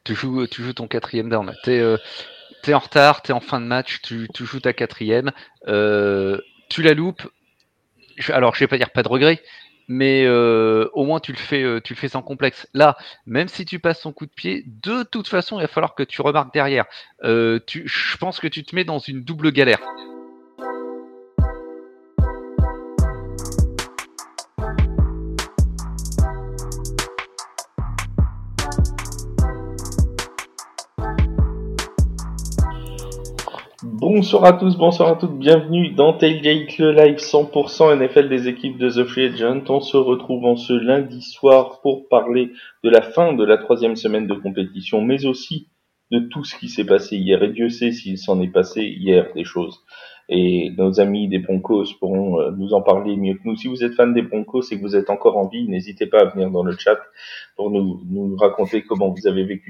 tu joues ton quatrième down. T'es en retard, t'es en fin de match, tu joues ta quatrième, tu la loupes. Alors, je vais pas dire pas de regret, mais au moins tu le fais sans complexe. Là, même si tu passes son coup de pied, de toute façon, il va falloir que tu remarques derrière. Je pense que tu te mets dans une double galère. Bonsoir à tous, bonsoir à toutes, bienvenue dans Tailgate, le live 100% NFL des équipes de The Free Agent. On se retrouve en ce lundi soir pour parler de la fin de la 3e semaine de compétition, mais aussi de tout ce qui s'est passé hier. Et Dieu sait s'il s'en est passé hier des choses. Et nos amis des Broncos pourront nous en parler mieux que nous. Si vous êtes fan des Broncos et que vous êtes encore en vie, n'hésitez pas à venir dans le chat pour nous raconter comment vous avez vécu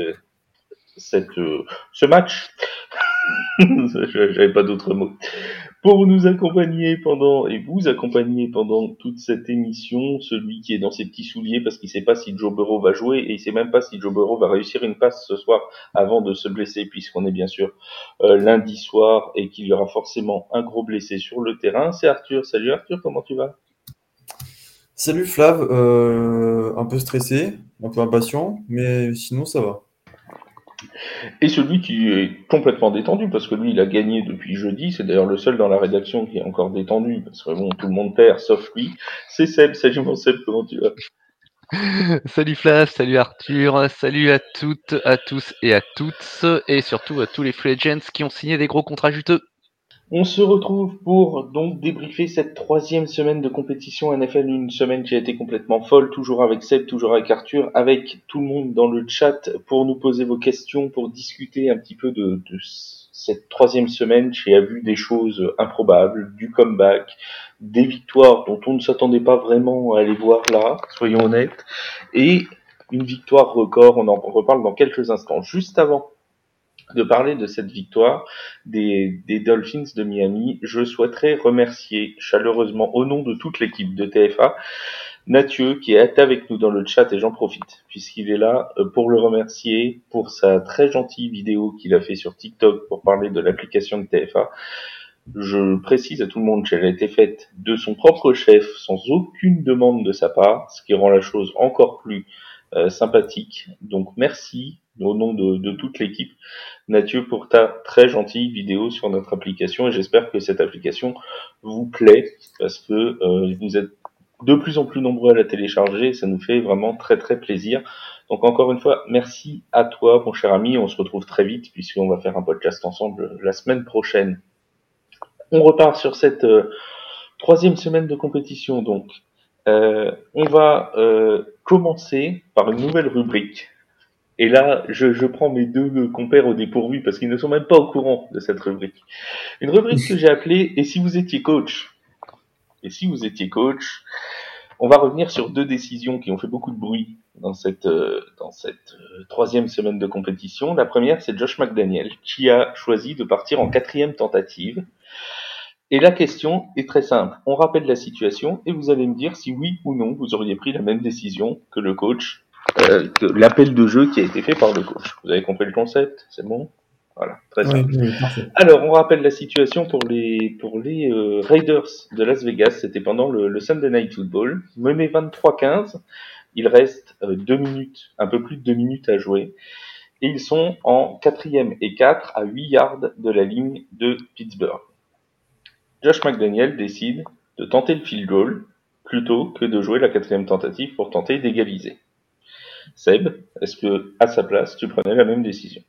ce match. J'avais pas d'autres mots. Pour nous accompagner et vous accompagner pendant toute cette émission, celui qui est dans ses petits souliers parce qu'il sait pas si Joe Burrow va jouer et il sait même pas si Joe Burrow va réussir une passe ce soir avant de se blesser, puisqu'on est bien sûr lundi soir et qu'il y aura forcément un gros blessé sur le terrain. C'est Arthur. Salut Arthur, comment tu vas? Salut Flav, un peu stressé, un peu impatient, mais sinon ça va. Et celui qui est complètement détendu, parce que lui, il a gagné depuis jeudi. C'est d'ailleurs le seul dans la rédaction qui est encore détendu, parce que bon, tout le monde perd, sauf lui. C'est Seb. Salut mon Seb, comment tu vas? Salut Flav, salut Arthur, salut à toutes, à tous et à toutes, et surtout à tous les free agents qui ont signé des gros contrats juteux. On se retrouve pour donc débriefer cette 3e semaine de compétition NFL, une semaine qui a été complètement folle, toujours avec Seb, toujours avec Arthur, avec tout le monde dans le chat pour nous poser vos questions, pour discuter un petit peu de cette 3e semaine qui a vu des choses improbables, du comeback, des victoires dont on ne s'attendait pas vraiment à les voir là, soyons honnêtes, et une victoire record, on en reparle dans quelques instants. Juste avant de parler de cette victoire des Dolphins de Miami, je souhaiterais remercier chaleureusement au nom de toute l'équipe de TFA Mathieu qui est avec nous dans le chat, et j'en profite puisqu'il est là pour le remercier pour sa très gentille vidéo qu'il a fait sur TikTok pour parler de l'application de TFA. Je précise à tout le monde qu'elle a été faite de son propre chef sans aucune demande de sa part, ce qui rend la chose encore plus sympathique. Donc merci au nom de toute l'équipe, Mathieu, pour ta très gentille vidéo sur notre application, et j'espère que cette application vous plaît parce que vous êtes de plus en plus nombreux à la télécharger et ça nous fait vraiment très très plaisir. Donc encore une fois, merci à toi mon cher ami, on se retrouve très vite puisqu'on va faire un podcast ensemble la semaine prochaine. On repart sur cette 3e semaine de compétition donc. On va commencer par une nouvelle rubrique. Et là, je prends mes deux compères au dépourvu parce qu'ils ne sont même pas au courant de cette rubrique. Une rubrique que j'ai appelée « Et si vous étiez coach ?» Et si vous étiez coach, on va revenir sur 2 décisions qui ont fait beaucoup de bruit dans cette 3e semaine de compétition. La première, c'est Josh McDaniel qui a choisi de partir en 4e tentative. Et la question est très simple. On rappelle la situation et vous allez me dire si oui ou non vous auriez pris la même décision que le coach, que l'appel de jeu qui a été fait par le coach. Vous avez compris le concept? C'est bon? Voilà, très simple. Oui, parfait. Alors, on rappelle la situation pour les Raiders de Las Vegas. C'était pendant le Sunday Night Football. Mené 23-15. Il reste 2 minutes, un peu plus de 2 minutes à jouer. Et ils sont en 4e et 4 à 8 yards de la ligne de Pittsburgh. Josh McDaniel décide de tenter le field goal plutôt que de jouer la 4e tentative pour tenter d'égaliser. Seb, est-ce que à sa place, tu prenais la même décision?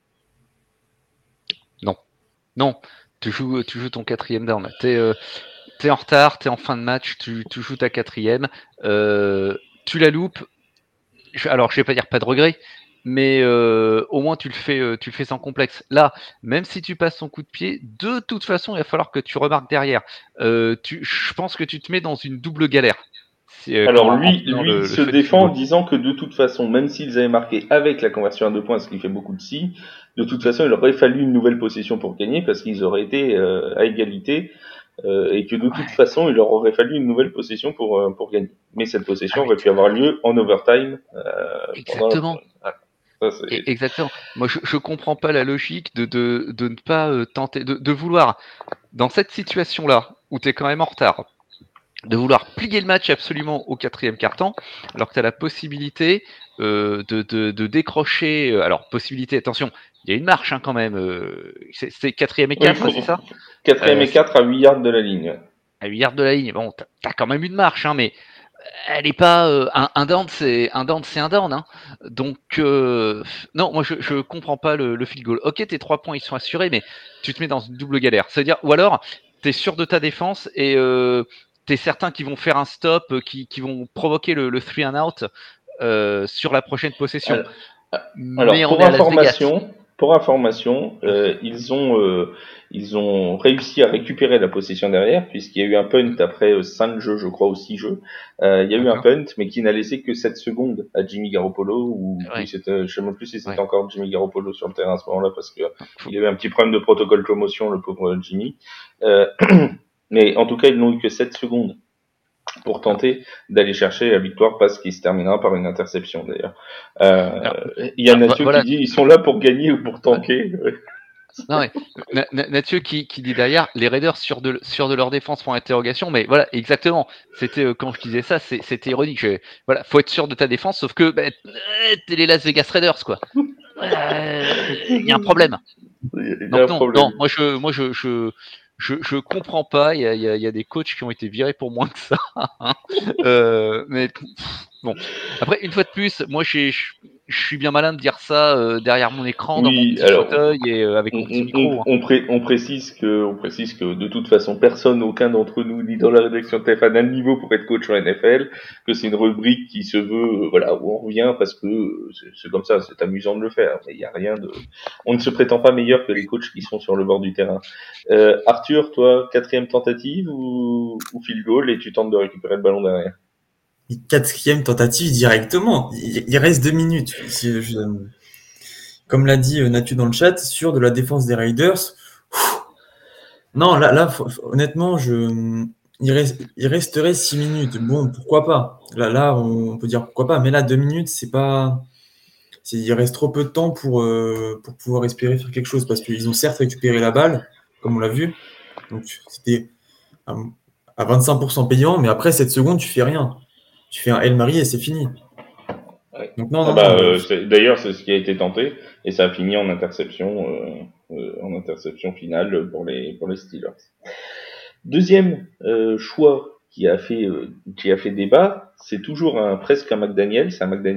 Non, tu joues ton quatrième down. T'es en retard, t'es en fin de match, tu joues ta quatrième, tu la loupes. Alors, je vais pas dire pas de regret, mais au moins tu le fais sans complexe. Là, même si tu passes son coup de pied, de toute façon, il va falloir que tu remarques derrière. Je pense que tu te mets dans une double galère. Alors En lui prenant le se fait du défend en football. disant que de toute façon, même s'ils avaient marqué avec la conversion à 2 points, ce qui fait beaucoup de si, de toute façon, il aurait fallu une nouvelle possession pour gagner parce qu'ils auraient été à égalité et que de toute façon, il leur aurait fallu une nouvelle possession pour gagner. Mais cette possession aurait pu avoir lieu en overtime. Exactement. Voilà. Ça, c'est... Exactement. Moi, je comprends pas la logique de ne pas tenter, de vouloir, dans cette situation-là, où tu es quand même en retard, de vouloir plier le match absolument au 4e quart-temps, alors que tu as la possibilité de décrocher. Alors, possibilité, attention, il y a une marche quand même. C'est 4e et Oui, 4, c'est ça 4ème et 4 à 8 yards de la ligne. À 8 yards de la ligne. Bon, t'as quand même une marche, mais elle est pas un down, c'est un down, c'est un down. Donc non, moi je comprends pas le field goal. Ok, tes 3 points ils sont assurés, mais tu te mets dans une double galère. C'est-à-dire, ou alors t'es sûr de ta défense et t'es certain qu'ils vont faire un stop, qui vont provoquer le 3 and out sur la prochaine possession. Alors, Mais on est à Las Vegas. pour information, ils ont réussi à récupérer la possession derrière, puisqu'il y a eu un punt après 5 jeux, je crois, ou 6 jeux. Il y a eu un punt, mais qui n'a laissé que 7 secondes à Jimmy Garoppolo, ou Ouais. oui, c'était, je sais même plus si c'était Ouais. encore Jimmy Garoppolo sur le terrain à ce moment-là, parce que il y avait un petit problème de protocole commotion, le pauvre Jimmy. Mais en tout cas, ils n'ont eu que 7 secondes pour tenter d'aller chercher la victoire, parce qu'il se terminera par une interception d'ailleurs. Il y a Nathieu Voilà. qui dit ils sont là pour gagner ou pour tanker. Non, ouais. Nathieu qui dit derrière, les Raiders sûrs de leur défense pour interrogation, mais voilà, exactement. C'était quand je disais ça, c'était ironique. Voilà, faut être sûr de ta défense, sauf que t'es les Las Vegas Raiders, quoi. Il y a un problème. Donc non, moi je comprends pas. Il y a des coachs qui ont été virés pour moins que ça. Mais bon, après une fois de plus, moi je suis bien malin de dire ça derrière mon écran, dans mon Oui, petit alors fauteuil et avec mon petit micro. on précise que de toute façon personne, aucun d'entre nous, ni dans la rédaction de TF1 n'a le niveau pour être coach en NFL, que c'est une rubrique qui se veut, voilà, où on revient parce que c'est comme ça, c'est amusant de le faire, mais il y a rien de, on ne se prétend pas meilleur que les coachs qui sont sur le bord du terrain. Arthur, toi, 4ème tentative ou field goal et tu tentes de récupérer le ballon derrière? 4e tentative directement. Il reste 2 minutes. Comme l'a dit Nathu dans le chat, sûr de la défense des Raiders. Non, là, honnêtement, il resterait 6 minutes. Bon, pourquoi pas? Là, on peut dire pourquoi pas. Mais là, 2 minutes, c'est pas. Il reste trop peu de temps pour pouvoir espérer faire quelque chose. Parce qu'ils ont certes récupéré la balle, comme on l'a vu. Donc, c'était à 25% payant. Mais après 7 secondes, tu fais rien. Tu fais un El Mari et c'est fini. Ouais. Donc, non. D'ailleurs, c'est ce qui a été tenté et ça a fini en interception finale pour les Steelers. Deuxième choix qui a fait débat, c'est toujours presque un McDaniels,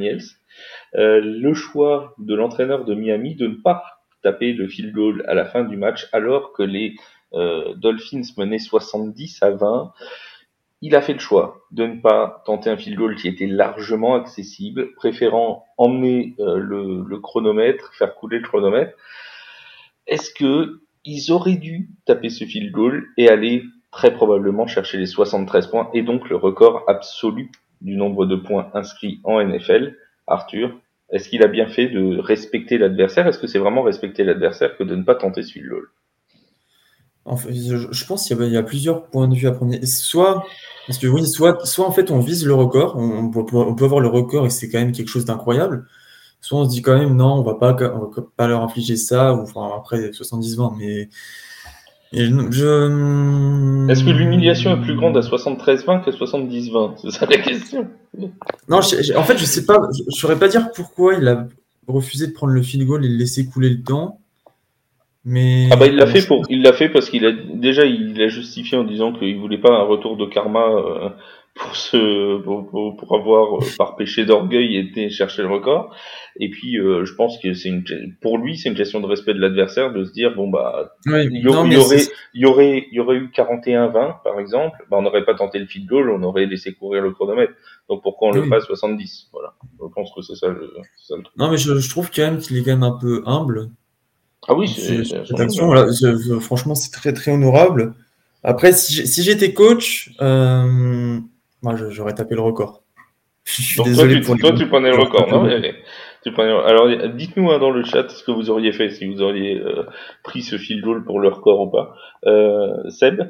le choix de l'entraîneur de Miami de ne pas taper le field goal à la fin du match alors que les Dolphins menaient 70-20. Il a fait le choix de ne pas tenter un field goal qui était largement accessible, préférant emmener le chronomètre, faire couler le chronomètre. Est-ce que ils auraient dû taper ce field goal et aller très probablement chercher les 73 points et donc le record absolu du nombre de points inscrits en NFL? Arthur, est-ce qu'il a bien fait de respecter l'adversaire? Est-ce que c'est vraiment respecter l'adversaire que de ne pas tenter ce field goal? En fait, je pense qu'il y a plusieurs points de vue à prendre. Parce que oui, soit en fait on vise le record, on peut avoir le record et c'est quand même quelque chose d'incroyable. Soit on se dit quand même non, on va pas leur infliger ça, ou enfin après 70-20, mais Est-ce que l'humiliation est plus grande à 73-20 qu'à 70-20? C'est ça la question. Non, en fait, je sais pas, je saurais pas dire pourquoi il a refusé de prendre le field goal et de laisser couler le temps. Mais Ah bah il l'a fait parce qu'il a justifié en disant qu'il voulait pas un retour de karma pour avoir par péché d'orgueil été chercher le record. Et puis je pense que pour lui c'est une question de respect de l'adversaire de se dire bon bah oui, il y aurait eu 41-20 par exemple, bah on n'aurait pas tenté le field goal, on aurait laissé courir le chronomètre. Donc pourquoi on le fait à 70? Voilà. Je pense que c'est ça le truc. Non mais je trouve quand même qu'il est quand même un peu humble. Ah oui, Cette action, là, franchement, c'est très très honorable. Après, si j'étais coach, moi, j'aurais tapé le record. Je suis donc désolé toi, tu prenais le record, non? Alors, dites-nous dans le chat ce que vous auriez fait si vous auriez pris ce field goal pour le record ou pas. Seb?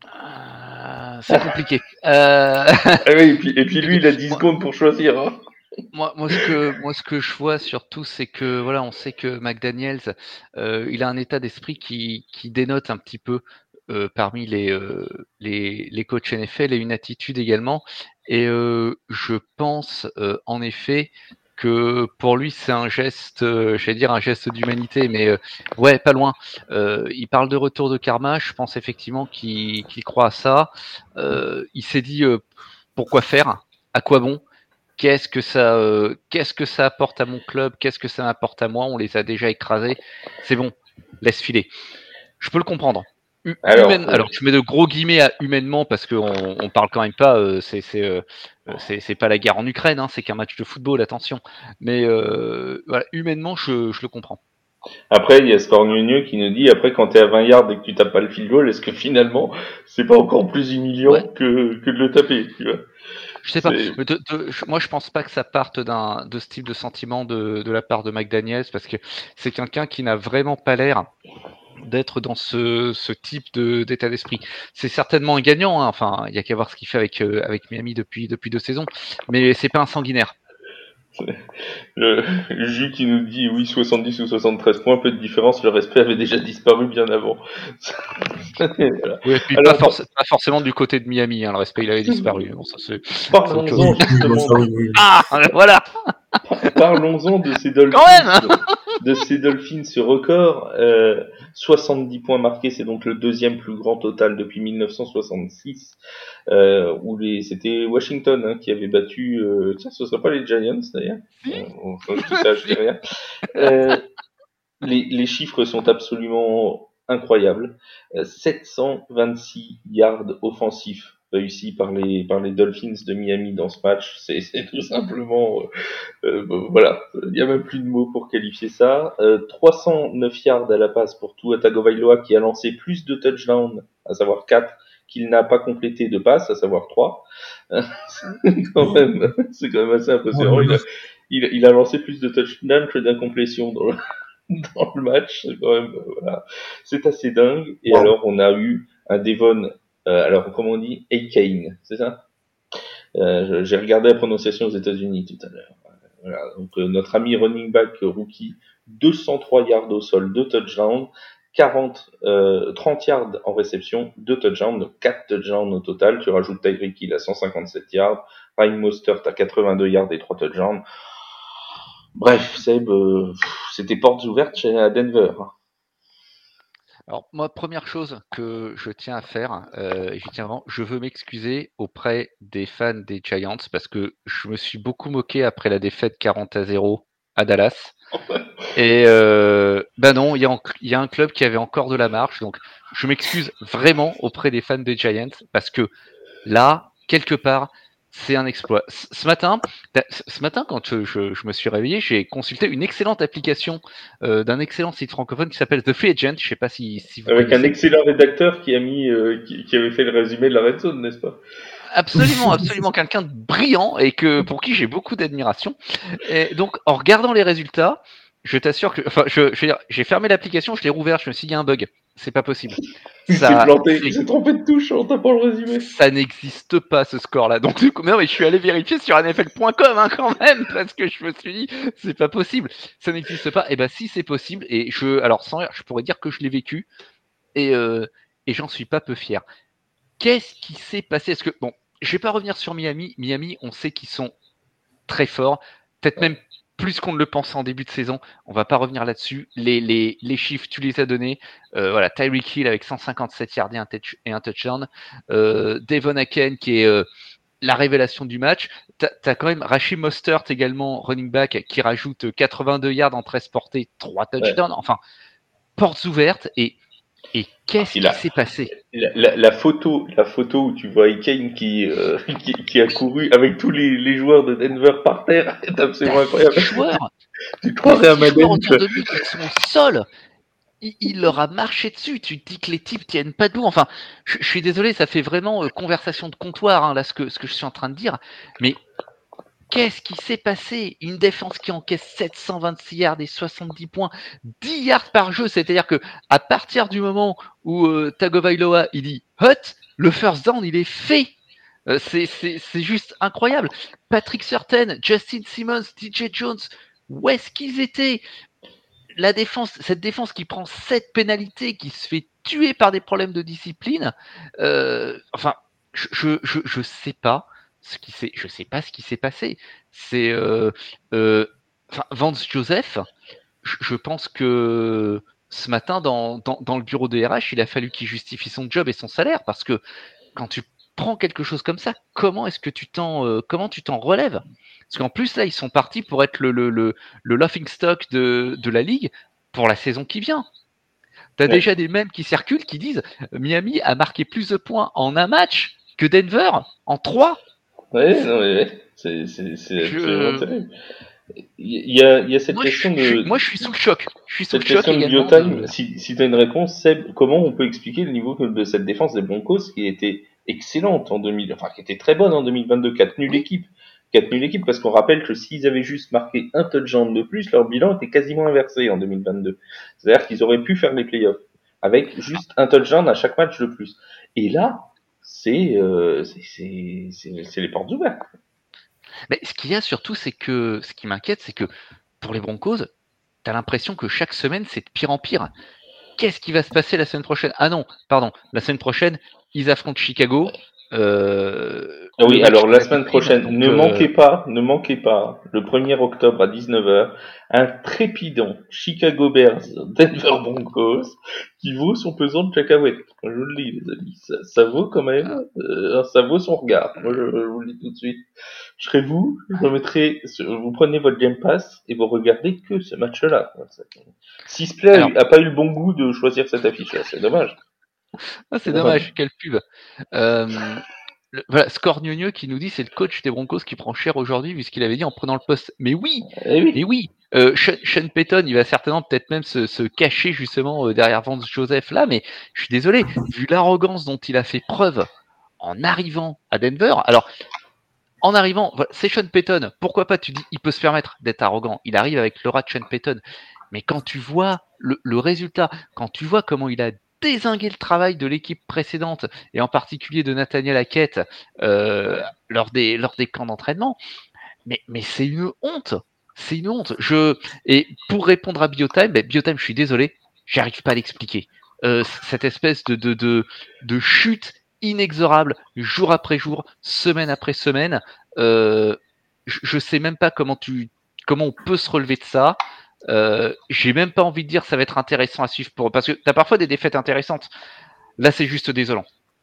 C'est compliqué. Ah oui, et puis lui, il a 10 secondes pour choisir. Hein. Moi, ce que je vois surtout, c'est que voilà, on sait que McDaniels, il a un état d'esprit qui dénote un petit peu parmi les coachs NFL et une attitude également. Et je pense en effet que pour lui, c'est un geste, j'allais dire un geste d'humanité, mais ouais, pas loin. Il parle de retour de karma. Je pense effectivement qu'il croit à ça. Il s'est dit pourquoi faire, à quoi bon. Qu'est-ce que ça apporte à mon club? Qu'est-ce que ça m'apporte à moi? On les a déjà écrasés. C'est bon, laisse filer. Je peux le comprendre. Alors, Alors, je mets de gros guillemets à humainement parce qu'on parle quand même pas. C'est pas la guerre en Ukraine, hein, c'est qu'un match de football, attention. Mais voilà, humainement, je le comprends. après, il y a Scornieux qui nous dit, après, quand t'es à 20 yards et que tu tapes pas le field goal, est-ce que finalement, c'est pas encore plus humiliant Ouais, que de le taper, tu vois? je sais pas. C'est, Mais moi, je pense pas que ça parte de ce type de sentiment de la part de McDaniels parce que c'est quelqu'un qui n'a vraiment pas l'air d'être dans ce type d'état d'esprit. C'est certainement un gagnant, hein. Enfin, il y a qu'à voir ce qu'il fait avec Miami depuis 2 saisons, mais c'est pas un sanguinaire. le Jus qui nous dit, oui, 70 ou 73 points, peu de différence, le respect avait déjà disparu bien avant. Voilà. Oui, et puis Alors, pas forcément du côté de Miami, hein, le respect il avait disparu. Bon, ça c'est autre chose. parlons-en Bon, justement ça, oui, oui. Ah, voilà, Parlons-en de ces quand Dolphins, même. ce record. 70 points marqués, c'est donc le deuxième plus grand total depuis 1966, c'était Washington qui avait battu. Tiens, ce serait pas les Giants d'ailleurs. Bon, je dis ça, je dis rien. Euh, les chiffres sont absolument incroyables. 726 yards offensifs réussis par les Dolphins de Miami dans ce match. C'est tout simplement voilà, il n'y a même plus de mots pour qualifier ça. 309 yards à la passe pour Tua Tagovailoa qui a lancé plus de touchdowns, à savoir 4, qu'il n'a pas complété de passes, à savoir 3. C'est quand même assez Oh impressionnant. là là. Il a lancé plus de touchdowns que d'incomplétions dans le match. C'est quand même, voilà. C'est assez dingue. Et Wow. alors, on a eu un Devon, alors, comment on dit? Akane, c'est ça? J'ai regardé la prononciation aux États-Unis tout à l'heure. Voilà, donc notre ami running back rookie, 203 yards au sol, 2 touchdowns, 30 yards en réception, 2 touchdowns, donc 4 touchdowns au total. Tu rajoutes Tyreek Hill à 157 yards, Ryan Mostert à 82 yards et 3 touchdowns. Bref, Seb, c'était portes ouvertes à Denver. Alors moi, première chose que je tiens à faire, et j'y tiens vraiment, je veux m'excuser auprès des fans des Giants parce que je me suis beaucoup moqué après la défaite 40-0 à Dallas. Et bah non, il y a un club qui avait encore de la marge, donc je m'excuse vraiment auprès des fans des Giants parce que là, quelque part, c'est un exploit. Ce matin, quand je me suis réveillé, j'ai consulté une excellente application d'un excellent site francophone qui s'appelle The Free Agent. Je sais pas si vous Avec un connaissez. excellent rédacteur qui a mis, qui avait fait le résumé de la Red Zone, n'est-ce pas? Absolument, absolument quelqu'un de brillant et pour qui j'ai beaucoup d'admiration. Et donc, en regardant les résultats, je t'assure que, enfin, je veux dire, j'ai fermé l'application, je l'ai rouvert, je me suis dit, il y a un bug. C'est pas possible. Il s'est Ça, planté, il s'est trompé de touche en tapant le résumé. ça n'existe pas ce score-là. Donc du coup, non, mais je suis allé vérifier sur nfl.com hein, quand même parce que je me suis dit c'est pas possible, ça n'existe pas. Et ben si c'est possible et alors sans rire, je pourrais dire que je l'ai vécu et et j'en suis pas peu fier. Qu'est-ce qui s'est passé? Est-ce que bon, je vais pas revenir sur Miami. Miami, on sait qu'ils sont très forts, peut-être même plus qu'on ne le pensait en début de saison. On va pas revenir là-dessus. Les chiffres, tu les as donnés. Voilà, Tyreek Hill avec 157 yards et un touchdown. Devon Aken qui est la révélation du match. T'as quand même Rachid Mostert également, running back, qui rajoute 82 yards en 13 portées, 3 Ouais. touchdowns. Enfin, portes ouvertes. Et qu'est-ce Il qui a, s'est passé? la photo où tu vois Kane qui a couru avec tous les joueurs de Denver par terre est T'as absolument incroyable. 6 joueurs, Tu t'as croirais à 6 joueurs Madden, autour quoi. de lui qui sont au sol. Il leur a marché dessus. Tu te dis que les types tiennent pas debout. Enfin, je suis désolé, ça fait vraiment conversation de comptoir, hein, là, ce que je suis en train de dire. Mais qu'est-ce qui s'est passé? Une défense qui encaisse 726 yards et 70 points, 10 yards par jeu. C'est-à-dire que à partir du moment où Tagovailoa il dit hut, le first down il est fait. C'est juste incroyable. Patrick Surtain, Justin Simmons, DJ Jones, où est-ce qu'ils étaient? La défense, cette défense qui prend 7 pénalités, qui se fait tuer par des problèmes de discipline. Enfin, je sais pas je sais pas ce qui s'est passé. C'est Vance Joseph. Je pense que ce matin dans le bureau de RH, il a fallu qu'il justifie son job et son salaire parce que quand tu prends quelque chose comme ça, comment est-ce que comment tu t'en relèves? Parce qu'en plus là, ils sont partis pour être le laughing stock de la ligue pour la saison qui vient. T'as déjà des mèmes qui circulent qui disent Miami a marqué plus de points en un match que Denver en 3. Ouais, non, mais c'est absolument terrible. Il y a cette question de. Moi, je suis sous le choc. Je suis sous Cette le choc question de également. Biotime, si tu as une réponse, Seb, comment on peut expliquer le niveau de cette défense des Broncos qui était excellente en 2000, enfin qui était très bonne en 2022, qui a tenu l'équipe, parce qu'on rappelle que s'ils avaient juste marqué un touchdown de plus, leur bilan était quasiment inversé en 2022. C'est-à-dire qu'ils auraient pu faire les playoffs avec juste un touchdown à chaque match de plus. Et là, c'est les portes ouvertes. Mais ce qu'il y a surtout, c'est que ce qui m'inquiète, c'est que pour les Broncos, t'as l'impression que chaque semaine, c'est de pire en pire. Qu'est-ce qui va se passer la semaine prochaine? Ah non, pardon, la semaine prochaine, ils affrontent Chicago. Ah oui, alors la semaine prochaine, donc, ne manquez pas, le 1er octobre à 19h, un trépidant Chicago Bears Denver Broncos qui vaut son pesant de cacahuètes. Je vous le dis, les amis, ça vaut quand même, ça vaut son regard. Moi, je vous le dis tout de suite. Je serai vous, vous prenez votre Game Pass et vous regardez que ce match-là. Si Splay a pas eu le bon goût de choisir cette affiche-là, c'est dommage. Ah, c'est dommage, quelle pub. Voilà, Score Gneugneux qui nous dit c'est le coach des Broncos qui prend cher aujourd'hui vu ce qu'il avait dit en prenant le poste. Mais oui, mais oui. Sean Payton, il va certainement peut-être même se cacher justement derrière Vance Joseph là, mais je suis désolé, vu l'arrogance dont il a fait preuve en arrivant à Denver. Alors, en arrivant, c'est Sean Payton. Pourquoi pas, tu dis, il peut se permettre d'être arrogant. Il arrive avec l'aura de Sean Payton. Mais quand tu vois le résultat, quand tu vois comment il a dézingué le travail de l'équipe précédente, et en particulier de Nathaniel Hackett lors des camps d'entraînement, mais c'est une honte. C'est une honte. Et pour répondre à Biotime, Biotime, je suis désolé, j'arrive pas à l'expliquer. Cette espèce de chute inexorable, jour après jour, semaine après semaine. Je sais même pas comment on peut se relever de ça. J'ai même pas envie de dire ça va être intéressant à suivre parce que t'as parfois des défaites intéressantes. Là, c'est juste désolant.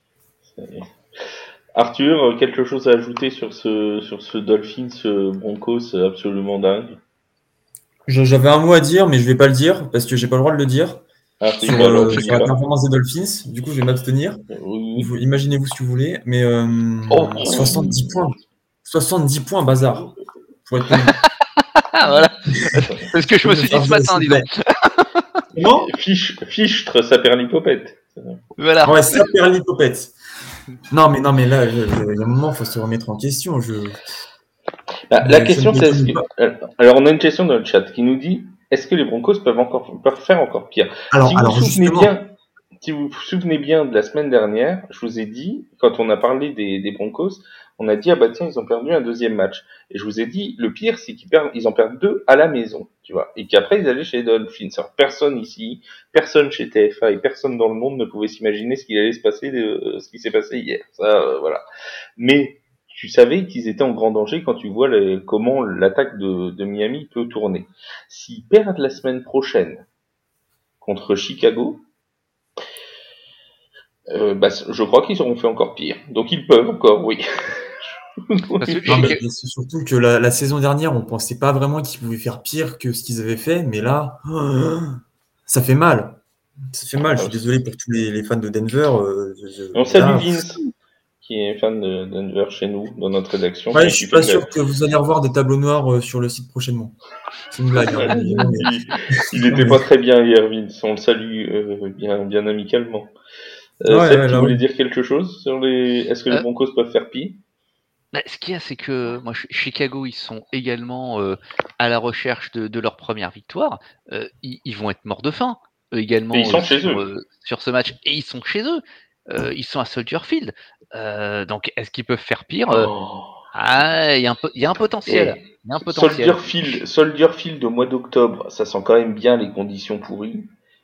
Arthur, quelque chose à ajouter sur ce Dolphins Broncos absolument dingue? J'avais un mot à dire, mais je vais pas le dire parce que j'ai pas le droit de le dire. Sur la performance des Dolphins, du coup, je vais m'abstenir. Oui. Imaginez-vous ce que vous voulez, mais 70 points. 70 points, bazar. Pour être honnête. Voilà. C'est ce que je me suis dit ce matin, dis donc. Non, fichtre, ça perd l'hypopète. Voilà. Ouais, ça perd l'hypopète. Non, mais là, il y a un moment, il faut se remettre en question. La question, c'est alors, on a une question dans le chat qui nous dit est-ce que les Broncos peuvent faire encore pire? Si vous vous souvenez bien de la semaine dernière, je vous ai dit, quand on a parlé des Broncos, on a dit, ah bah tiens, ils ont perdu un deuxième match. Et je vous ai dit, le pire, c'est qu'ils en perdent 2 à la maison, tu vois. Et qu'après, ils allaient chez les Dolphins. Alors, personne ici, personne chez TFA et personne dans le monde ne pouvait s'imaginer ce qui s'est passé hier. Ça, voilà. Mais, tu savais qu'ils étaient en grand danger quand tu vois comment l'attaque de Miami peut tourner. S'ils perdent la semaine prochaine contre Chicago, je crois qu'ils auront fait encore pire. Donc ils peuvent encore, oui. C'est surtout que la saison dernière, on pensait pas vraiment qu'ils pouvaient faire pire que ce qu'ils avaient fait, mais là, ça fait mal. Ça fait mal. Je suis désolé pour tous les fans de Denver. On salue Vince, qui est fan de Denver chez nous, dans notre rédaction. Ouais, je suis pas sûr que vous allez revoir des tableaux noirs sur le site prochainement. C'est une blague. Hein, il était pas très bien hier, Vince. On le salue bien amicalement. Seb, tu voulais dire quelque chose sur est-ce que les Broncos peuvent faire pire? Ce qu'il y a, c'est que moi, Chicago, ils sont également à la recherche de leur première victoire. Ils vont être morts de faim, eux également, ils sont chez eux. Sur ce match. Et ils sont chez eux. Ils sont à Soldier Field. Donc, est-ce qu'ils peuvent faire pire? Oh. Il y a un potentiel. Et Il y a un potentiel. Soldier Field au mois d'octobre, ça sent quand même bien les conditions pourries.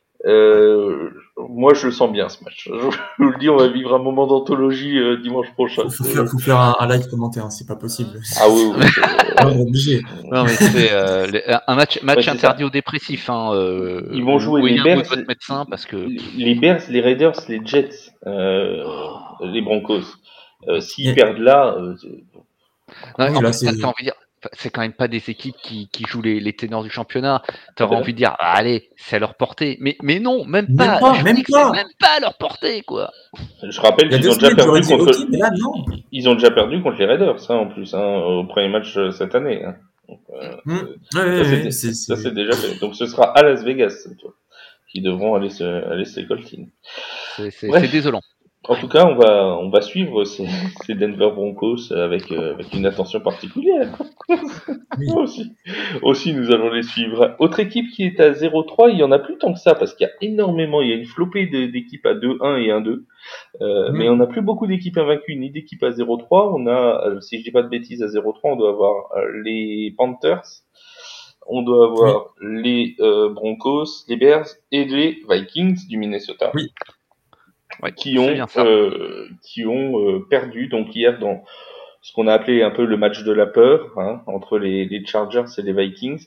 Moi, je le sens bien ce match. Je vous le dis, on va vivre un moment d'anthologie dimanche prochain. Faut faire un live commentaire, hein, c'est pas possible. Ah oui. On est obligé. Non, mais c'est un match Ouais, c'est interdit ça. aux dépressifs. Ils vont jouer voyez les un Bears, mot de votre médecin parce que les Bears, les Raiders, les Jets, les Broncos. S'ils Et- perdent là, non, Oui, en là, plus, t'as envie de dire, c'est quand même pas des équipes qui jouent les ténors du championnat. T'aurais ben, envie de dire, allez, c'est à leur portée. Mais non, même Même pas. pas, Je même dis que pas. c'est même pas à leur portée, quoi. je rappelle Il y a qu'ils 2 ont déjà semaines, j'aurais perdu dit contre, ok, mais là, non. ils ont déjà perdu contre les Raiders, en plus, au premier match cette année. Donc, Ouais, ça, c'est... c'est déjà fait. Donc, ce sera à Las Vegas, cette fois, qui devront aller se coltiner. C'est désolant. En tout cas, on va suivre ces Denver Broncos avec une attention particulière. Oui. Aussi, nous allons les suivre. Autre équipe qui est à 0-3, il y en a plus tant que ça, parce qu'il y a énormément, il y a une flopée d'équipes à 2-1 et 1-2. Mais on n'a plus beaucoup d'équipes invaincues, ni d'équipes à 0-3. On a, si je dis pas de bêtises, à 0-3, on doit avoir les Panthers, on doit avoir les Broncos, les Bears et les Vikings du Minnesota. Oui. Ouais, qui c'est ont bien ça. perdu donc hier dans ce qu'on a appelé un peu le match de la peur entre les Chargers et les Vikings.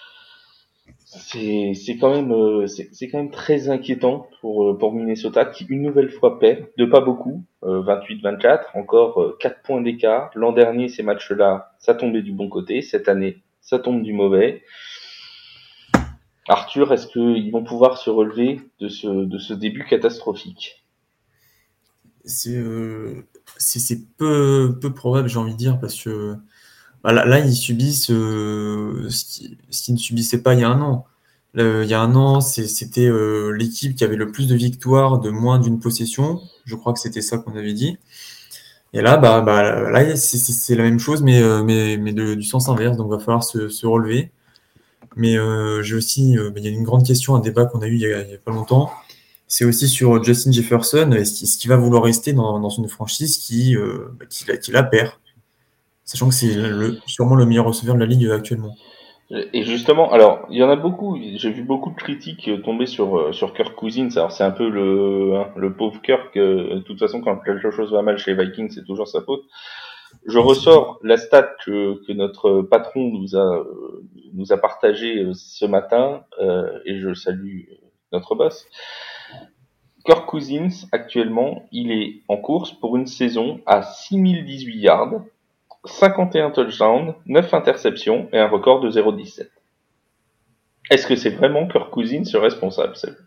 C'est quand même très inquiétant pour Minnesota qui une nouvelle fois perd de pas beaucoup, 28-24, encore 4 points d'écart. L'an dernier ces matchs-là, ça tombait du bon côté, cette année ça tombe du mauvais. Arthur, est-ce qu'ils vont pouvoir se relever de ce début catastrophique? C'est peu probable, j'ai envie de dire, parce que bah, là, ils subissent ce qu'ils ne subissaient pas il y a un an. Il y a un an, c'était l'équipe qui avait le plus de victoires de moins d'une possession. Je crois que c'était ça qu'on avait dit. Et là, là, c'est la même chose, mais du sens inverse. Donc, il va falloir se relever. Mais j'ai aussi, il y a une grande question, un débat qu'on a eu il y a pas longtemps. C'est aussi sur Justin Jefferson. Est-ce qu'il va vouloir rester dans une franchise qui la perd, sachant que c'est sûrement le meilleur receveur de la ligue actuellement. Et justement, alors, il y en a beaucoup, j'ai vu beaucoup de critiques tomber sur Kirk Cousins. Alors, c'est un peu le pauvre Kirk, de toute façon, quand quelque chose va mal chez les Vikings, c'est toujours sa faute. Je ressors la stat que notre patron nous a partagé ce matin, et je salue notre boss. Kirk Cousins, actuellement, il est en course pour une saison à 6018 yards, 51 touchdowns, 9 interceptions et un record de 0,17. Est-ce que c'est vraiment Kirk Cousins le responsable, Seb?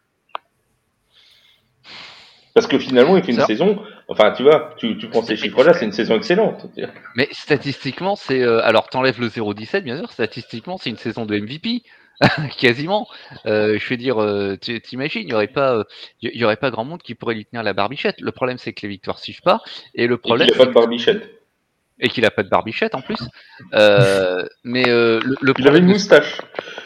Parce que finalement, il fait une saison. Enfin, tu vois, tu prends ces chiffres-là, c'est une saison excellente. Mais statistiquement, c'est alors t'enlèves le 0,17, bien sûr. Statistiquement, c'est une saison de MVP. Quasiment. Je veux dire, t'imagines, il y aurait pas grand monde qui pourrait lui tenir la barbichette. Le problème, c'est que les victoires suivent pas. Et le problème, et qu'il a pas de barbichette. Et qu'il a pas de barbichette en plus. Mais le il avait une moustache.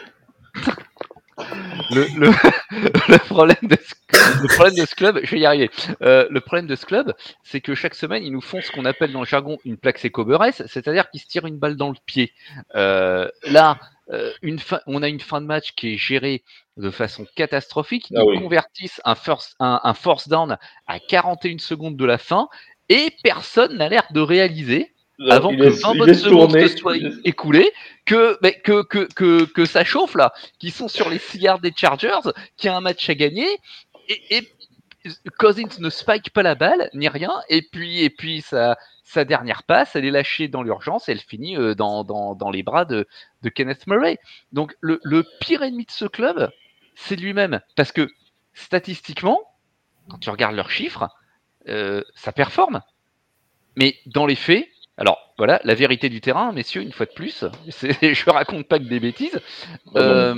Le problème de ce club, je vais y arriver. Le problème de ce club, c'est que chaque semaine, ils nous font ce qu'on appelle dans le jargon une Plaxico Burress, c'est-à-dire qu'ils se tirent une balle dans le pied. Là, on a une fin de match qui est gérée de façon catastrophique. Ils convertissent un force down à 41 secondes de la fin et personne n'a l'air de réaliser avant que 20 bonnes secondes se soient écoulées, que ça chauffe là, qui sont sur les 6 yards des Chargers, qui a un match à gagner, et Cousins ne spike pas la balle, ni rien, et puis sa dernière passe, elle est lâchée dans l'urgence, et elle finit dans les bras de Kenneth Murray. Donc le pire ennemi de ce club, c'est lui-même, parce que statistiquement, quand tu regardes leurs chiffres, ça performe, mais dans les faits, alors voilà, la vérité du terrain, messieurs, une fois de plus, je raconte pas que des bêtises. La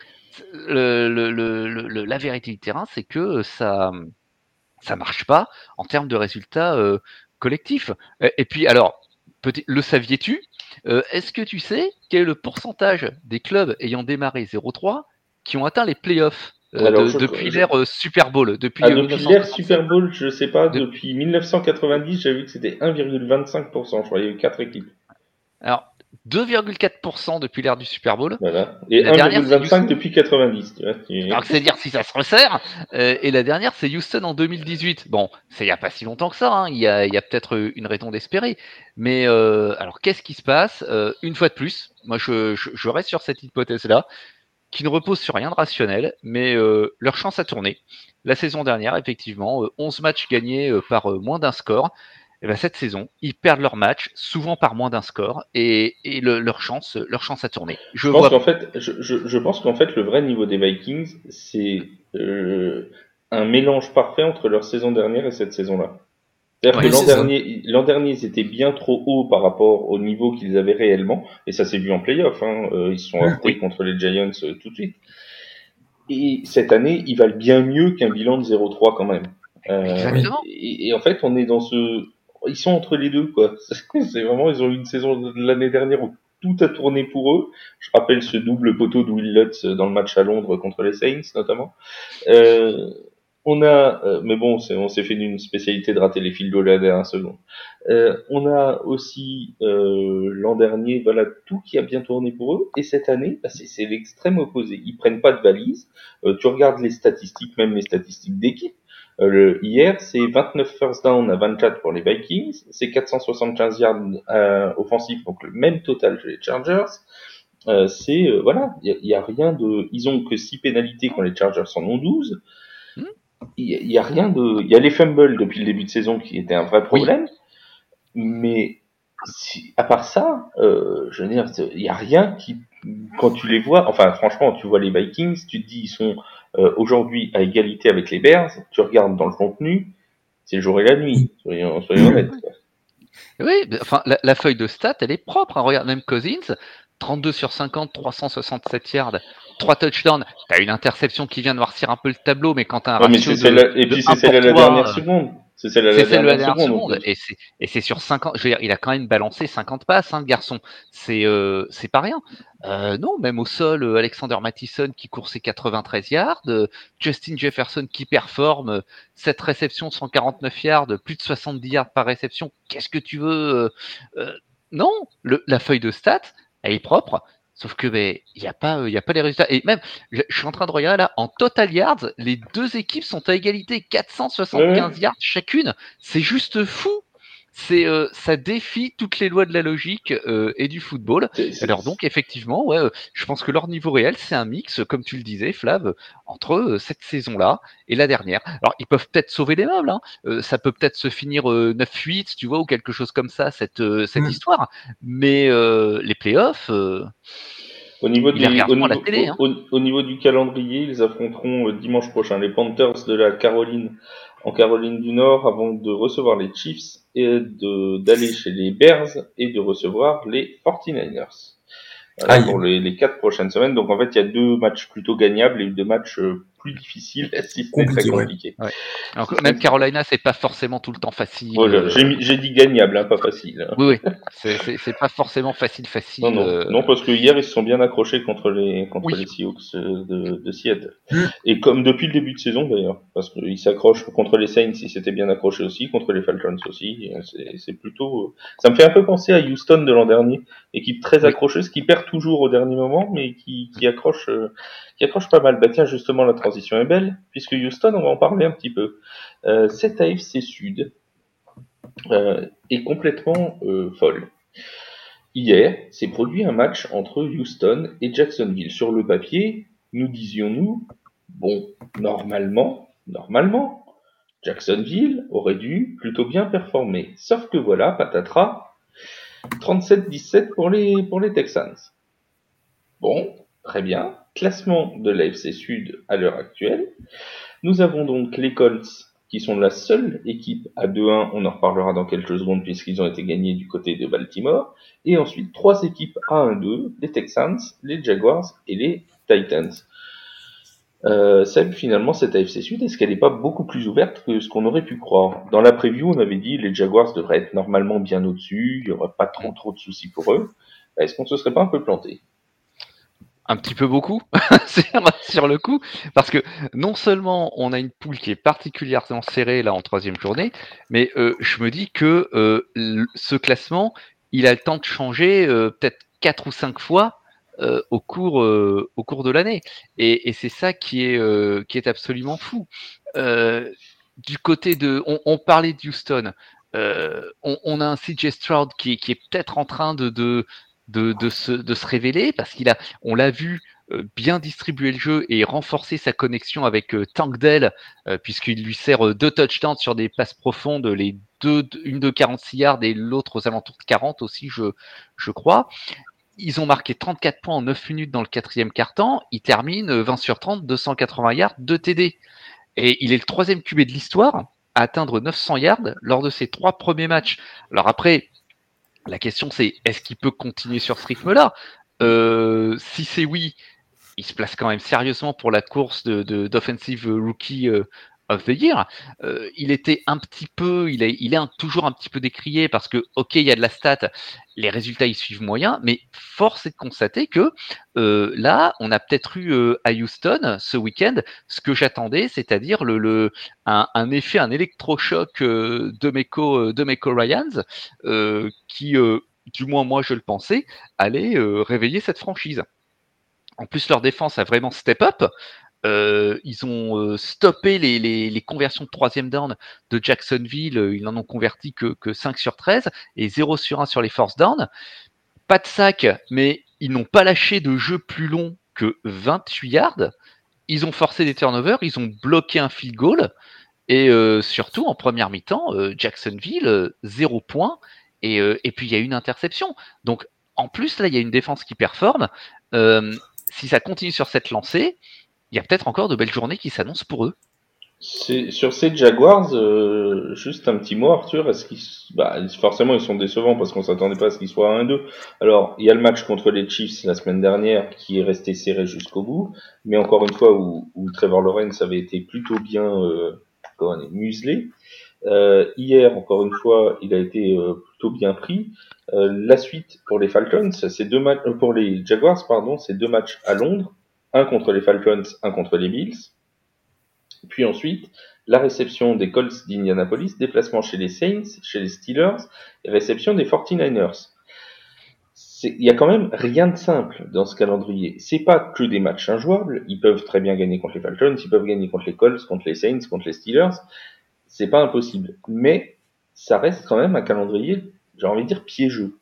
vérité du terrain, c'est que ça marche pas en termes de résultats collectifs. Et puis alors, le saviez-tu? Est-ce que tu sais quel est le pourcentage des clubs ayant démarré 0-3 qui ont atteint les playoffs depuis l'ère Super Bowl, depuis depuis l'ère 1967. Super Bowl, je sais pas, De- depuis 1990, j'avais vu que c'était 1,25%, je crois, il y a eu 4 équipes. Alors, 2,4% depuis l'ère du Super Bowl. Voilà. Et Et la dernière, c'est 1,25 Houston. depuis 90, tu vois. Alors, c'est dire si ça se resserre. Et la dernière, c'est Houston en 2018. Bon, c'est il n'y a pas si longtemps que ça. Hein. Il y a peut-être une raison d'espérer. Mais alors, qu'est-ce qui se passe une fois de plus, moi, je reste sur cette hypothèse-là, qui ne repose sur rien de rationnel, mais leur chance a tourné. La saison dernière, effectivement, 11 matchs gagnés par moins d'un score. Et ben, cette saison, ils perdent leur match, souvent par moins d'un score, et leur chance a tourné. Je pense qu'en fait, je pense qu'en fait, le vrai niveau des Vikings, c'est un mélange parfait entre leur saison dernière et cette saison-là. C'est-à-dire Ouais, que Oui, c'est ça. l'an dernier, ils étaient bien trop haut par rapport au niveau qu'ils avaient réellement, et ça s'est vu en playoff. Hein. Ils se sont heurtés oui, contre les Giants tout de suite. Et cette année, ils valent bien mieux qu'un bilan de 0-3 quand même. Oui. exactement. Et en fait, on est dans ce, ils sont entre les deux quoi. C'est vraiment, ils ont eu une saison de l'année dernière où tout a tourné pour eux. Je rappelle ce double poteau de Will Lutz dans le match à Londres contre les Saints notamment. Mais bon, on s'est fait d'une spécialité de rater les fils de la dernière seconde. On a aussi l'an dernier, voilà, tout qui a bien tourné pour eux. Et cette année, bah, c'est l'extrême opposé. Ils prennent pas de valises. Tu regardes les statistiques, même les statistiques d'équipe. Hier, c'est 29 first down à 24 pour les Vikings, c'est 475 yards offensifs, donc le même total que les Chargers. Voilà, y a rien de, ils ont que 6 pénalités quand les Chargers en ont 12. Hmm. Il y a rien de, il y a les fumbles depuis le début de saison qui étaient un vrai Oui, problème, mais à part ça, je veux dire, il y a rien qui, quand tu les vois, enfin franchement, tu vois les Vikings, tu te dis ils sont aujourd'hui à égalité avec les Bears. Tu regardes dans le contenu, c'est le jour et la nuit. Soyons honnêtes. Quoi. oui. Enfin, la feuille de stats, elle est propre. Hein. Regarde, même Cousins, 32 sur 50, 367 yards, 3 touchdowns. T'as une interception qui vient noircir un peu le tableau, mais quand t'as un Ouais, mais ratio c'est celle et de puis c'est 1 celle pour à la dernière 3, seconde. C'est celle à c'est la celle de la dernière dernière seconde en seconde. plus. Et c'est sur 50. Je veux dire, il a quand même balancé 50 passes, hein, le garçon. C'est pas rien. Non, même au sol, Alexander Mattison qui court ses 93 yards, Justin Jefferson qui performe, 7 réceptions, 149 yards, plus de 70 yards par réception. Qu'est-ce que tu veux Non, la feuille de stats, elle est propre. Sauf que ben il y a pas les résultats. Et même, je suis en train de regarder là, en total yards, les deux équipes sont à égalité, Ouais, 475 ouais. yards chacune. C'est juste fou. Ça défie toutes les lois de la logique et du football. C'est, c'est, Alors donc effectivement, ouais, je pense que leur niveau réel, c'est un mix, comme tu le disais, Flav, entre cette saison-là et la dernière. Alors ils peuvent peut-être sauver les meubles, hein. Ça peut peut-être se finir 9-8, tu vois, ou quelque chose comme ça, cette Mm. histoire. Mais les playoffs, Au niveau ils les des, regarderont à la télé. Hein. au niveau du calendrier, ils affronteront dimanche prochain les Panthers de la Caroline en Caroline du Nord avant de recevoir les Chiefs et d'aller chez les Bears et de recevoir les 49ers. Voilà Aïe. pour les 4 prochaines semaines. Donc en fait, il y a 2 matchs plutôt gagnables et 2 matchs plus difficiles, si ce n'est très Compliqué, ouais. compliqué. Ouais. Si Alors, ce n'est même très compliqué. Carolina, c'est pas forcément tout le temps facile. Voilà, j'ai dit gagnable, hein, pas facile. Hein. Oui, oui. C'est pas forcément facile, Non, facile. non, non, parce que hier ils se sont bien accrochés contre Oui, les Seahawks de Seattle. Mm. Et comme depuis le début de saison d'ailleurs, parce qu'ils s'accrochent contre les Saints, ils s'étaient bien accrochés aussi, contre les Falcons aussi. C'est plutôt, ça me fait un peu penser à Houston de l'an dernier, équipe très oui. accrocheuse qui perd toujours au dernier moment, mais qui accroche pas mal. Bah tiens, justement la transition est belle, puisque Houston, on va en parler un petit peu. Cette AFC Sud est complètement folle. Hier, s'est produit un match entre Houston et Jacksonville. Sur le papier, nous disions-nous, bon, normalement, Jacksonville aurait dû plutôt bien performer. Sauf que voilà, patatras, 37-17 pour les Texans. Bon, très bien. Classement de l'AFC Sud à l'heure actuelle. Nous avons donc les Colts qui sont la seule équipe à 2-1, on en reparlera dans quelques secondes puisqu'ils ont été gagnés du côté de Baltimore, et ensuite 3 équipes à 1-2, les Texans, les Jaguars et les Titans. Seb, finalement, cette AFC Sud, est-ce qu'elle n'est pas beaucoup plus ouverte que ce qu'on aurait pu croire? Dans la preview, on avait dit les Jaguars devraient être normalement bien au-dessus, il n'y aurait pas trop de soucis pour eux. Est-ce qu'on se serait pas un peu planté? Un petit peu beaucoup sur le coup, parce que non seulement on a une poule qui est particulièrement serrée là en troisième journée, mais je me dis que ce classement, il a le temps de changer peut-être 4 ou 5 fois au cours de l'année. Et c'est ça qui est absolument fou. Du côté de, on parlait de Houston, on a un CJ Stroud qui est peut-être en train de se révéler parce on l'a vu bien distribuer le jeu et renforcer sa connexion avec Tank Dell, puisqu'il lui sert 2 touchdowns sur des passes profondes, une de 46 yards et l'autre aux alentours de 40 aussi, je crois. Ils ont marqué 34 points en 9 minutes dans le quatrième quart-temps. Ils terminent 20 sur 30, 280 yards, 2 TD. Et il est le troisième QB de l'histoire à atteindre 900 yards lors de ses 3 premiers matchs. Alors après, la question c'est, est-ce qu'il peut continuer sur ce rythme-là? Si c'est oui, il se place quand même sérieusement pour la course d'Offensive Rookie of the Year. Il était un petit peu, il est toujours un petit peu décrié parce que, ok, il y a de la stat, les résultats ils suivent moyen, mais force est de constater que là, on a peut-être eu à Houston ce week-end ce que j'attendais, c'est-à-dire un effet, un électrochoc de Meko Ryans qui, du moins moi je le pensais, allait réveiller cette franchise. En plus, leur défense a vraiment step up. Ils ont stoppé les conversions de troisième down de Jacksonville. Ils n'en ont converti que 5 sur 13 et 0 sur 1 sur les force down. Pas de sac, mais ils n'ont pas lâché de jeu plus long que 28 yards. Ils ont forcé des turnovers, ils ont bloqué un field goal. Et surtout, en première mi-temps, Jacksonville, 0 points. Et puis, il y a une interception. Donc, en plus, là, il y a une défense qui performe. Si ça continue sur cette lancée, il y a peut-être encore de belles journées qui s'annoncent pour eux. Sur ces Jaguars, juste un petit mot, Arthur. Forcément, ils sont décevants parce qu'on s'attendait pas à ce qu'ils soient 1-2. Alors, il y a le match contre les Chiefs la semaine dernière qui est resté serré jusqu'au bout, mais encore une fois où Trevor Lawrence avait été plutôt bien muselé. Hier, encore une fois, il a été plutôt bien pris. La suite pour les Falcons, c'est pour les Jaguars, pardon, c'est 2 matchs à Londres, un contre les Falcons, un contre les Bills. Puis ensuite, la réception des Colts d'Indianapolis, déplacement chez les Saints, chez les Steelers, et réception des 49ers. Il y a quand même rien de simple dans ce calendrier. C'est pas que des matchs injouables. Ils peuvent très bien gagner contre les Falcons, ils peuvent gagner contre les Colts, contre les Saints, contre les Steelers. C'est pas impossible. Mais ça reste quand même un calendrier, j'ai envie de dire, piégeux.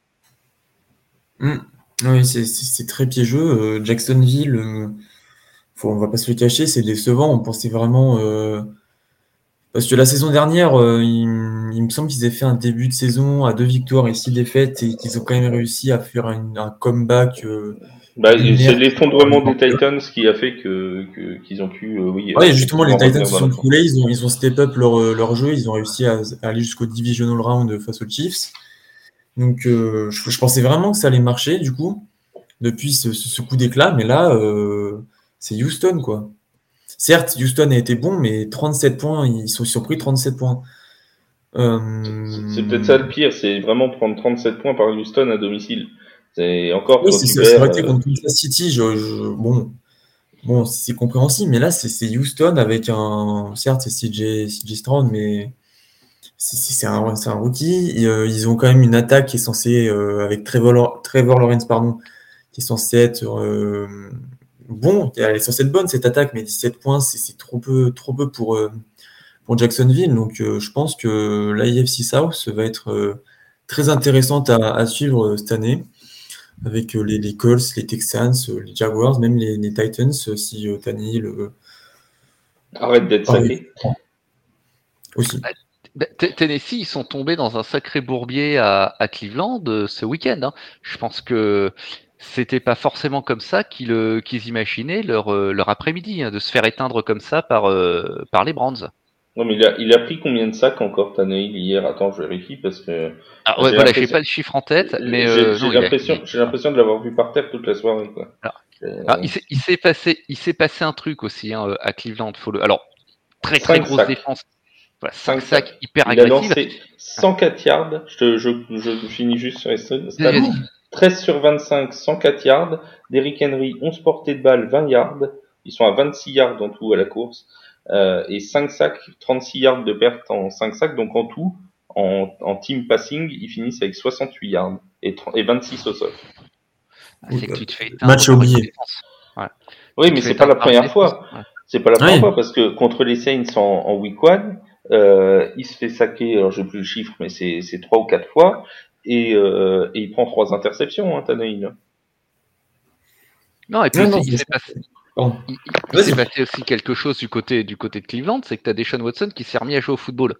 Oui, c'est très piégeux. Jacksonville, on va pas se le cacher, c'est décevant. On pensait vraiment. Parce que la saison dernière, il me semble qu'ils avaient fait un début de saison à 2 victoires et 6 défaites et qu'ils ont quand même réussi à faire un comeback. C'est l'effondrement des Titans qui a fait qu'ils ont pu, Ouais, justement, les Titans se sont coulés, ils ont step up leur jeu, ils ont réussi à aller jusqu'au divisional round face aux Chiefs. Donc, je pensais vraiment que ça allait marcher, du coup, depuis ce coup d'éclat, mais là, c'est Houston, quoi. Certes, Houston a été bon, mais 37 points, ils sont pris 37 points. C'est peut-être ça le pire, c'est vraiment prendre 37 points par Houston à domicile. C'est encore Oui, quand c'est tu ça, perds. ça aurait été contre Kansas City, bon, c'est compréhensible, mais là, c'est Houston avec certes, c'est CJ Stroud, mais c'est un rookie. Ils ont quand même une attaque qui est censée, avec Trevor Lawrence, pardon, qui est censée être bon. Elle est censée être bonne cette attaque, mais 17 points, c'est trop peu pour Jacksonville. Donc, je pense que l'AFC South va être très intéressante à suivre cette année, avec les Colts, les Texans, les Jaguars, même les Titans, si Tannehill Arrête d'être sacré. Aussi. Tennessee, ils sont tombés dans un sacré bourbier à Cleveland ce week-end. Hein. Je pense que c'était pas forcément comme ça qu'ils imaginaient leur après-midi, hein, de se faire éteindre comme ça par les Browns. Non, mais il a pris combien de sacs encore Tannehill hier? Attends, je vérifie parce que. Ah, ouais, voilà, j'ai pas le chiffre en tête, mais j'ai l'impression de l'avoir vu par terre toute la soirée, quoi. Alors, il s'est passé un truc aussi hein, à Cleveland. Alors, très grosse sacs. défense. Voilà, 5 sacs hyper agressifs. Il a lancé 104 yards. Je finis juste sur les stats. 13 sur 25, 104 yards. Derrick Henry, 11 portées de balle, 20 yards. Ils sont à 26 yards en tout à la course. Et 5 sacs, 36 yards de perte en 5 sacs. Donc en tout, en team passing, ils finissent avec 68 yards et 26 au sol. C'est que tu te fais match éteindre par oublié. une défense. Ouais. Oui, Tu te mais fais c'est pas la éteindre par une première fois. défense. Ouais. C'est pas la première Oui. fois parce que contre les Saints en week 1, il se fait saquer, alors j'ai plus le chiffre, mais c'est 3 ou 4 fois, et il prend 3 interceptions, Tannehill. Non, et puis Non, aussi, non, il s'est passé, pardon. il Vas-y. s'est passé aussi quelque chose du côté de Cleveland, c'est que tu as Deshaun Watson qui s'est remis à jouer au football.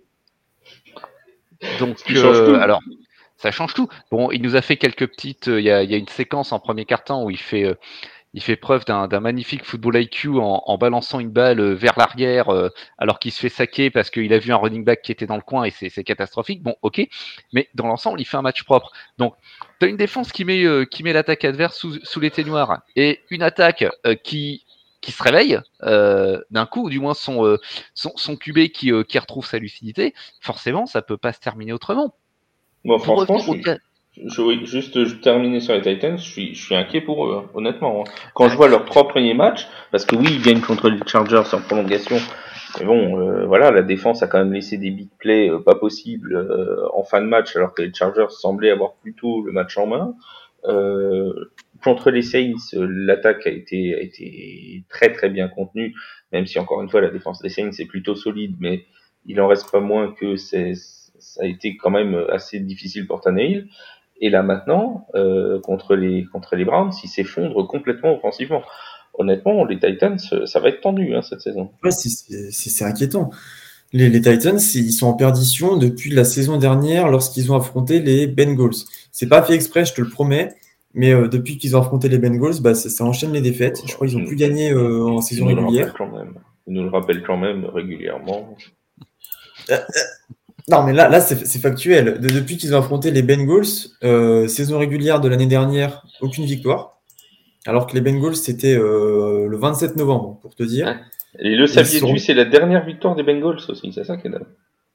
Donc, Ce qui change tout. alors, ça change tout. Bon, il nous a fait quelques petites. Il y a une séquence en premier quart-temps où il fait preuve d'un magnifique football IQ en balançant une balle vers l'arrière alors qu'il se fait saquer parce qu'il a vu un running back qui était dans le coin et c'est catastrophique. Bon, ok, mais dans l'ensemble, il fait un match propre. Donc, tu as une défense qui met l'attaque adverse sous les ténoirs et une attaque qui se réveille d'un coup, ou du moins son QB qui retrouve sa lucidité. Forcément, ça peut pas se terminer autrement. Bon, Pour franchement, revenir au cas. je terminer sur les Titans, je suis inquiet pour eux, honnêtement. Quand je vois leur 3 premiers matchs, parce que oui, ils gagnent contre les Chargers en prolongation, mais bon, voilà, la défense a quand même laissé des big plays pas possibles en fin de match, alors que les Chargers semblaient avoir plutôt le match en main. Contre les Saints, l'attaque a été très très bien contenue, même si encore une fois la défense des Saints est plutôt solide, mais il en reste pas moins que ça a été quand même assez difficile pour Tannehill. Et là maintenant, contre les Browns, ils s'effondrent complètement offensivement. Honnêtement, les Titans, ça va être tendu cette saison. Ouais, c'est inquiétant. Les Titans, ils sont en perdition depuis la saison dernière lorsqu'ils ont affronté les Bengals. C'est pas fait exprès, je te le promets, mais depuis qu'ils ont affronté les Bengals, ça enchaîne les défaites. Je crois qu'ils n'ont plus gagné en saison régulière. Ils nous le rappellent quand même régulièrement. Non, mais là c'est factuel. Depuis qu'ils ont affronté les Bengals, saison régulière de l'année dernière, aucune victoire. Alors que les Bengals, c'était le 27 novembre, pour te dire. Ouais. Et le saviez-tu, c'est la dernière victoire des Bengals aussi, c'est ça qui est dingue.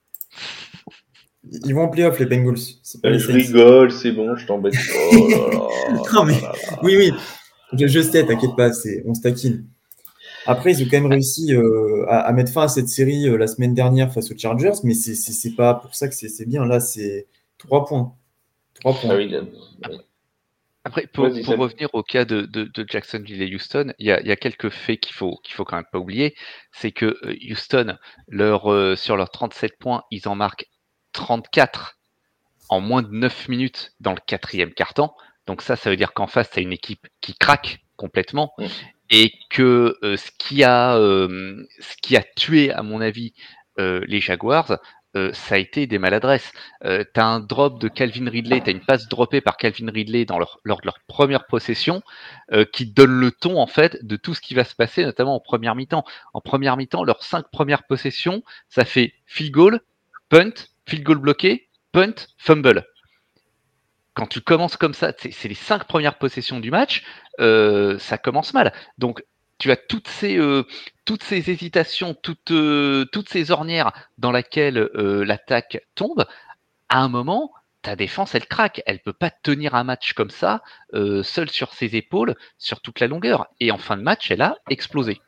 Ils vont en playoff, les Bengals. C'est pas les Je Saints. rigole, c'est bon, je t'embête. Oh là là. Non, mais oui. Je sais, t'inquiète pas, on se taquine. Après, ils ont quand même réussi à mettre fin à cette série la semaine dernière face aux Chargers, mais c'est pas pour ça que c'est bien. Là, c'est 3 points. 3 points. Ah oui, Après, pour revenir au cas de Jacksonville et Houston, il y a quelques faits qu'il faut quand même pas oublier. C'est que Houston, sur leurs 37 points, ils en marquent 34 en moins de 9 minutes dans le 4e quart-temps. Donc ça veut dire qu'en face, tu as une équipe qui craque complètement. Et que ce qui a tué, à mon avis, les Jaguars, ça a été des maladresses. T'as un drop de Calvin Ridley, t'as une passe droppée par Calvin Ridley lors de leur première possession, qui donne le ton en fait de tout ce qui va se passer, notamment en première mi-temps. En première mi-temps, leurs 5 premières possessions, ça fait field goal, punt, field goal bloqué, punt, fumble. Quand tu commences comme ça, c'est les 5 premières possessions du match, ça commence mal. Donc tu as toutes ces hésitations, toutes ces ornières dans lesquelles l'attaque tombe. À un moment, ta défense, elle craque. Elle peut pas tenir un match comme ça, seule sur ses épaules, sur toute la longueur. Et en fin de match, elle a explosé.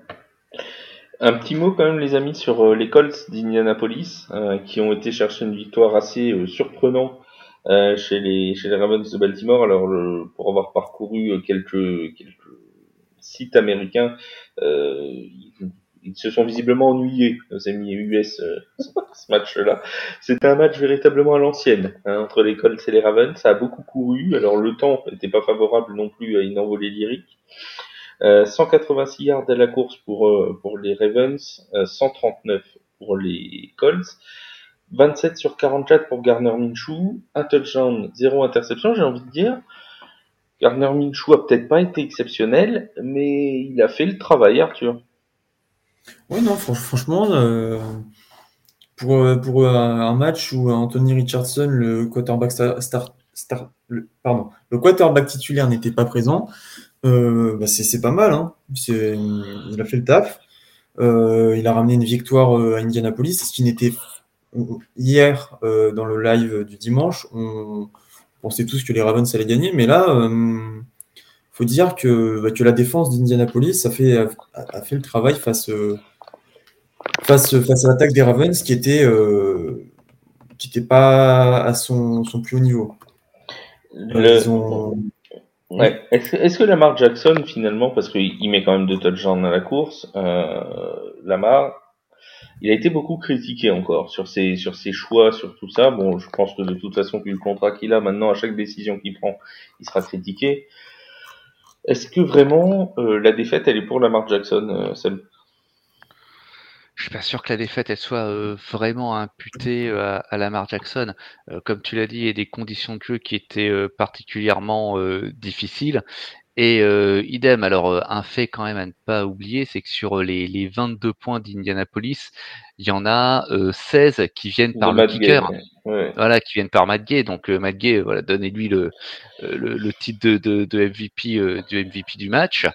Un petit mot quand même, les amis, sur les Colts d'Indianapolis, qui ont été chercher une victoire assez surprenante chez les Ravens de Baltimore. Alors, pour avoir parcouru quelques sites américains, ils se sont visiblement ennuyés, nos amis US, ce match-là. C'était un match véritablement à l'ancienne, entre les Colts et les Ravens. Ça a beaucoup couru, alors le temps n'était pas favorable non plus à une envolée lyrique. 186 yards à la course pour les Ravens, 139 pour les Colts, 27 sur 44 pour Gardner Minshew, un touchdown, 0 interception. J'ai envie de dire, Gardner Minshew a peut-être pas été exceptionnel, mais il a fait le travail, Arthur. Oui, non, franchement, pour un match où Anthony Richardson, le quarterback le quarterback titulaire n'était pas présent, c'est pas mal. Hein. Il a fait le taf. Il a ramené une victoire à Indianapolis, ce qui n'était hier dans le live du dimanche. On pensait tous que les Ravens allaient gagner. Mais là, faut dire que la défense d'Indianapolis a fait le travail face à l'attaque des Ravens qui était pas à son plus haut niveau. Ils ont. Ouais. Est-ce que Lamar Jackson, finalement, parce qu'il met quand même 2 touchdowns à la course, Lamar, il a été beaucoup critiqué encore sur ses choix, sur tout ça. Bon, je pense que de toute façon, vu le contrat qu'il a maintenant, à chaque décision qu'il prend, il sera critiqué. Est-ce que vraiment la défaite, elle est pour Lamar Jackson, Sam? Je suis pas sûr que la défaite elle soit vraiment imputée à Lamar Jackson. Comme tu l'as dit, il y a des conditions de jeu qui étaient particulièrement difficiles. Et idem, alors un fait quand même à ne pas oublier, c'est que sur les 22 points d'Indianapolis, il y en a 16 qui viennent par De le Matt Gay, kicker. ouais. Voilà, qui viennent par Matt Gay. Donc Matt Gay, voilà, donnez-lui le titre de MVP du MVP du match.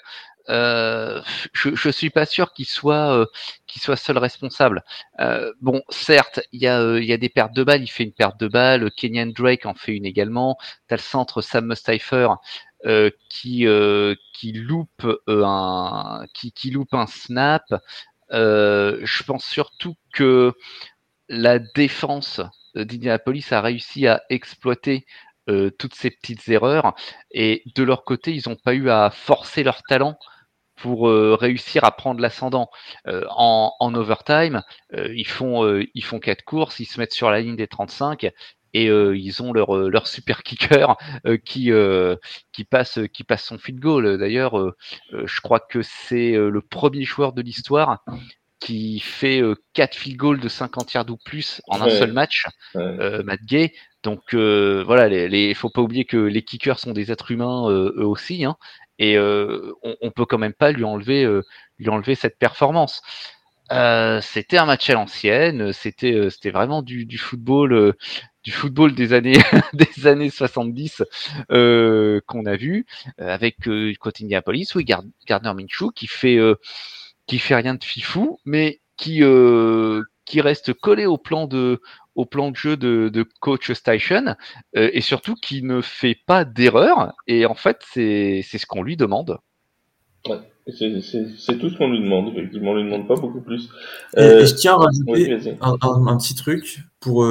Je suis pas sûr qu'il soit seul responsable. Bon, certes, il y a des pertes de balles. Il fait une perte de balles. Kenyan Drake en fait une également. T'as le centre Sam Mustipher qui loupe qui loupe un snap. Je pense surtout que la défense d'Indianapolis a réussi à exploiter toutes ces petites erreurs et de leur côté, ils n'ont pas eu à forcer leur talent pour réussir à prendre l'ascendant. En overtime, ils font 4 courses, ils se mettent sur la ligne des 35 et ils ont leur super kicker qui passe son field goal. D'ailleurs, je crois que c'est le premier joueur de l'histoire qui fait 4 field goals de 50 yards ou plus en un seul match, Matt Gay. Donc voilà, faut pas oublier que les kickers sont des êtres humains eux aussi, hein, et on peut quand même pas lui enlever cette performance. C'était un match à l'ancienne, c'était vraiment du football. Du football des années des années 70 qu'on a vu avec côté Indianapolis, oui, Gardner Minshew qui fait rien de fifou, mais qui reste collé au plan de jeu de coach Station et surtout qui ne fait pas d'erreur. Et en fait, c'est ce qu'on lui demande. Ouais, c'est tout ce qu'on lui demande, effectivement, on lui demande pas beaucoup plus. Et je tiens à rajouter oui, un petit truc pour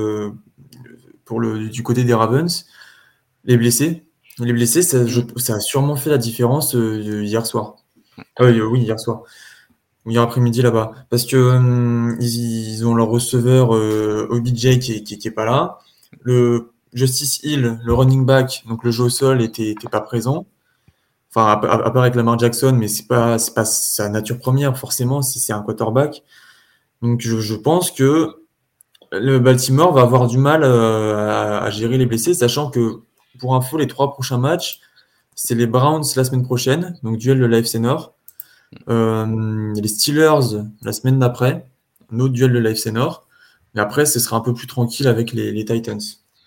du côté des Ravens. Les blessés, ça a sûrement fait la différence hier soir. Oui, hier soir. Hier après-midi là-bas. Parce que ils ont leur receveur OBJ qui est pas là. Le Justice Hill, le running back, donc le jeu au sol, était pas présent. Enfin, à part avec Lamar Jackson, mais c'est pas sa nature première, forcément, si c'est un quarterback. Donc je pense que le Baltimore va avoir du mal à gérer les blessés, sachant que pour info, les 3 prochains matchs, c'est les Browns la semaine prochaine, donc duel de l'AFC Nord. Les Steelers la semaine d'après, un autre duel de l'AFC Nord. Et après, ce sera un peu plus tranquille avec les Titans.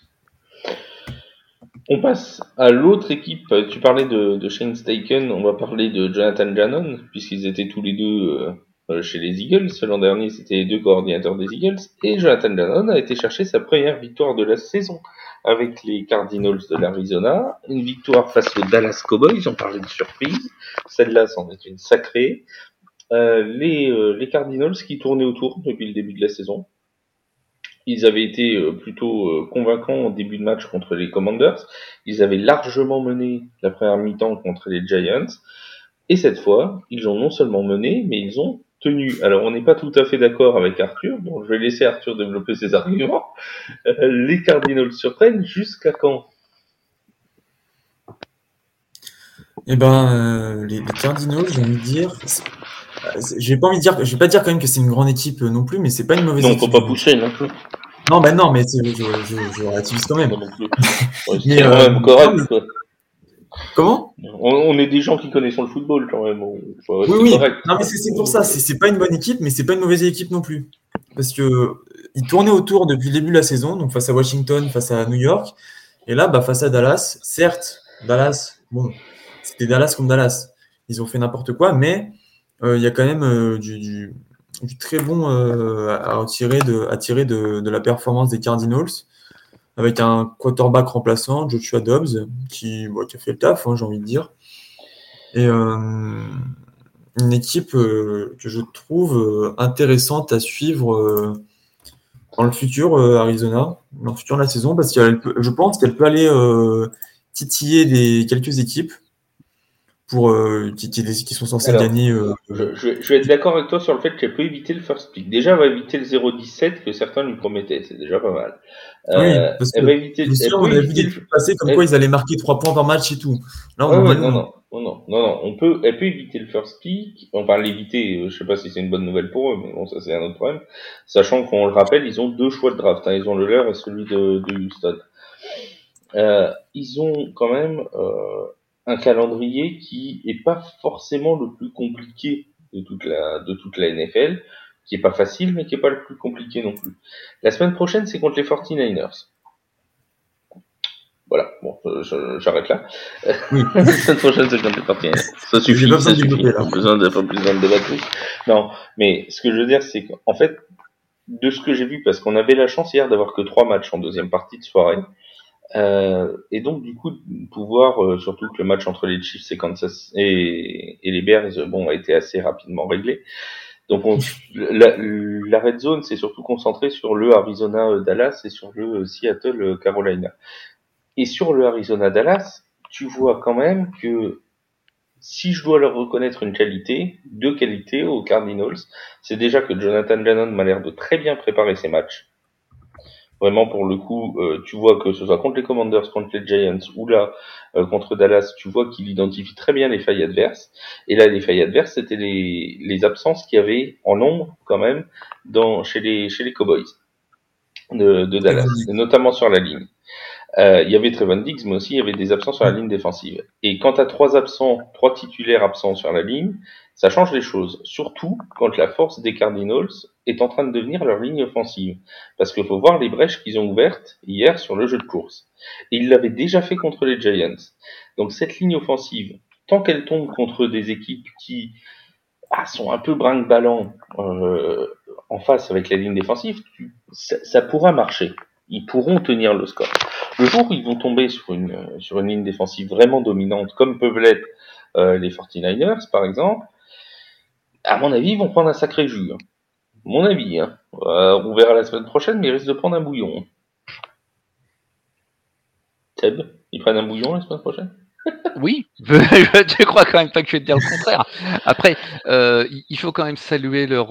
On passe à l'autre équipe. Tu parlais de Shane Steichen, on va parler de Jonathan Gannon, puisqu'ils étaient tous les deux chez les Eagles. L'an dernier, c'était les 2 coordinateurs des Eagles. Et Jonathan Gannon a été chercher sa première victoire de la saison avec les Cardinals de l'Arizona. Une victoire face aux Dallas Cowboys, on parlait de surprise. Celle-là, c'en est une sacrée. Les Cardinals qui tournaient autour depuis le début de la saison. Ils avaient été plutôt convaincants en début de match contre les Commanders. Ils avaient largement mené la première mi-temps contre les Giants. Et cette fois, ils ont non seulement mené, mais ils ont tenu. Alors, on n'est pas tout à fait d'accord avec Arthur. Bon, je vais laisser Arthur développer ses arguments. Les Cardinals surprennent jusqu'à quand? Eh ben, les Cardinals, j'ai envie de dire, je vais pas dire quand même que c'est une grande équipe non plus, mais c'est pas une mauvaise équipe. Non, faut pas pousser non plus. Non, mais je relativise quand même. Non plus. Ouais, c'est quand même correct, quoi. Comment? On est des gens qui connaissent le football quand même. Oui. Correct. Non, mais c'est pour ça. C'est pas une bonne équipe, mais c'est pas une mauvaise équipe non plus. Parce que ils tournaient autour depuis le début de la saison, donc face à Washington, face à New York, et là, face à Dallas. Certes, Dallas, bon, c'était Dallas contre Dallas. Ils ont fait n'importe quoi, mais il y a quand même du très bon à tirer de la performance des Cardinals. avec un quarterback remplaçant, Joshua Dobbs, qui a fait le taf, j'ai envie de dire. Et une équipe que je trouve intéressante à suivre dans le futur, Arizona, dans le futur de la saison, parce que je pense qu'elle peut aller titiller quelques équipes qui sont censées gagner. Je vais être d'accord avec toi sur le fait qu'elle peut éviter le first pick. Déjà, elle va éviter le 0,17 que certains lui promettaient, c'est déjà pas mal. Oui, parce que elle va éviter. on avait vu des trucs passer comme quoi ils allaient marquer 3 points par match et tout. Là, non. Elle peut éviter le first pick. Enfin, l'éviter, je sais pas si c'est une bonne nouvelle pour eux, mais bon, ça c'est un autre problème. Sachant qu'on le rappelle, ils ont 2 choix de draft. Ils ont le leur et celui de Houston. Ils ont quand même un calendrier qui est pas forcément le plus compliqué de toute la NFL, qui est pas facile, mais qui est pas le plus compliqué non plus. La semaine prochaine, c'est contre les 49ers. Voilà, bon, j'arrête là. Oui. La semaine prochaine, c'est contre les 49ers. Ça suffit, ça suffit. Pas besoin de débattre plus. Non, mais ce que je veux dire, c'est qu'en fait, de ce que j'ai vu, parce qu'on avait la chance hier d'avoir que 3 matchs en deuxième partie de soirée, et donc du coup de pouvoir, surtout que le match entre les Chiefs et Kansas et les Bears, a été assez rapidement réglé. Donc la red zone s'est surtout concentrée sur le Arizona Dallas et sur le Seattle Carolina. Et sur le Arizona Dallas, tu vois quand même que si je dois leur reconnaître deux qualités aux Cardinals, c'est déjà que Jonathan Gannon m'a l'air de très bien préparer ses matchs. Vraiment, pour le coup, tu vois que ce soit contre les Commanders, contre les Giants ou là, contre Dallas, tu vois qu'il identifie très bien les failles adverses. Et là, les failles adverses, c'était les absences qu'il y avait en nombre, quand même, chez les Cowboys de Dallas, et notamment sur la ligne. Il y avait Trevon Diggs, mais aussi il y avait des absents sur la ligne défensive. Et quand tu as 3 titulaires absents sur la ligne, ça change les choses. Surtout quand la force des Cardinals est en train de devenir leur ligne offensive. Parce qu'il faut voir les brèches qu'ils ont ouvertes hier sur le jeu de course. Et ils l'avaient déjà fait contre les Giants. Donc cette ligne offensive, tant qu'elle tombe contre des équipes qui sont un peu brinque-ballant en face avec la ligne défensive, ça pourra marcher. Ils pourront tenir le score. Le jour où ils vont tomber sur une ligne défensive vraiment dominante, comme peuvent l'être les 49ers, par exemple, à mon avis, ils vont prendre un sacré jus. Mon avis, on verra la semaine prochaine, mais ils risquent de prendre un bouillon. Seb, ils prennent un bouillon la semaine prochaine? Oui, je crois quand même pas que je vais te dire le contraire. Après, il faut quand même saluer leur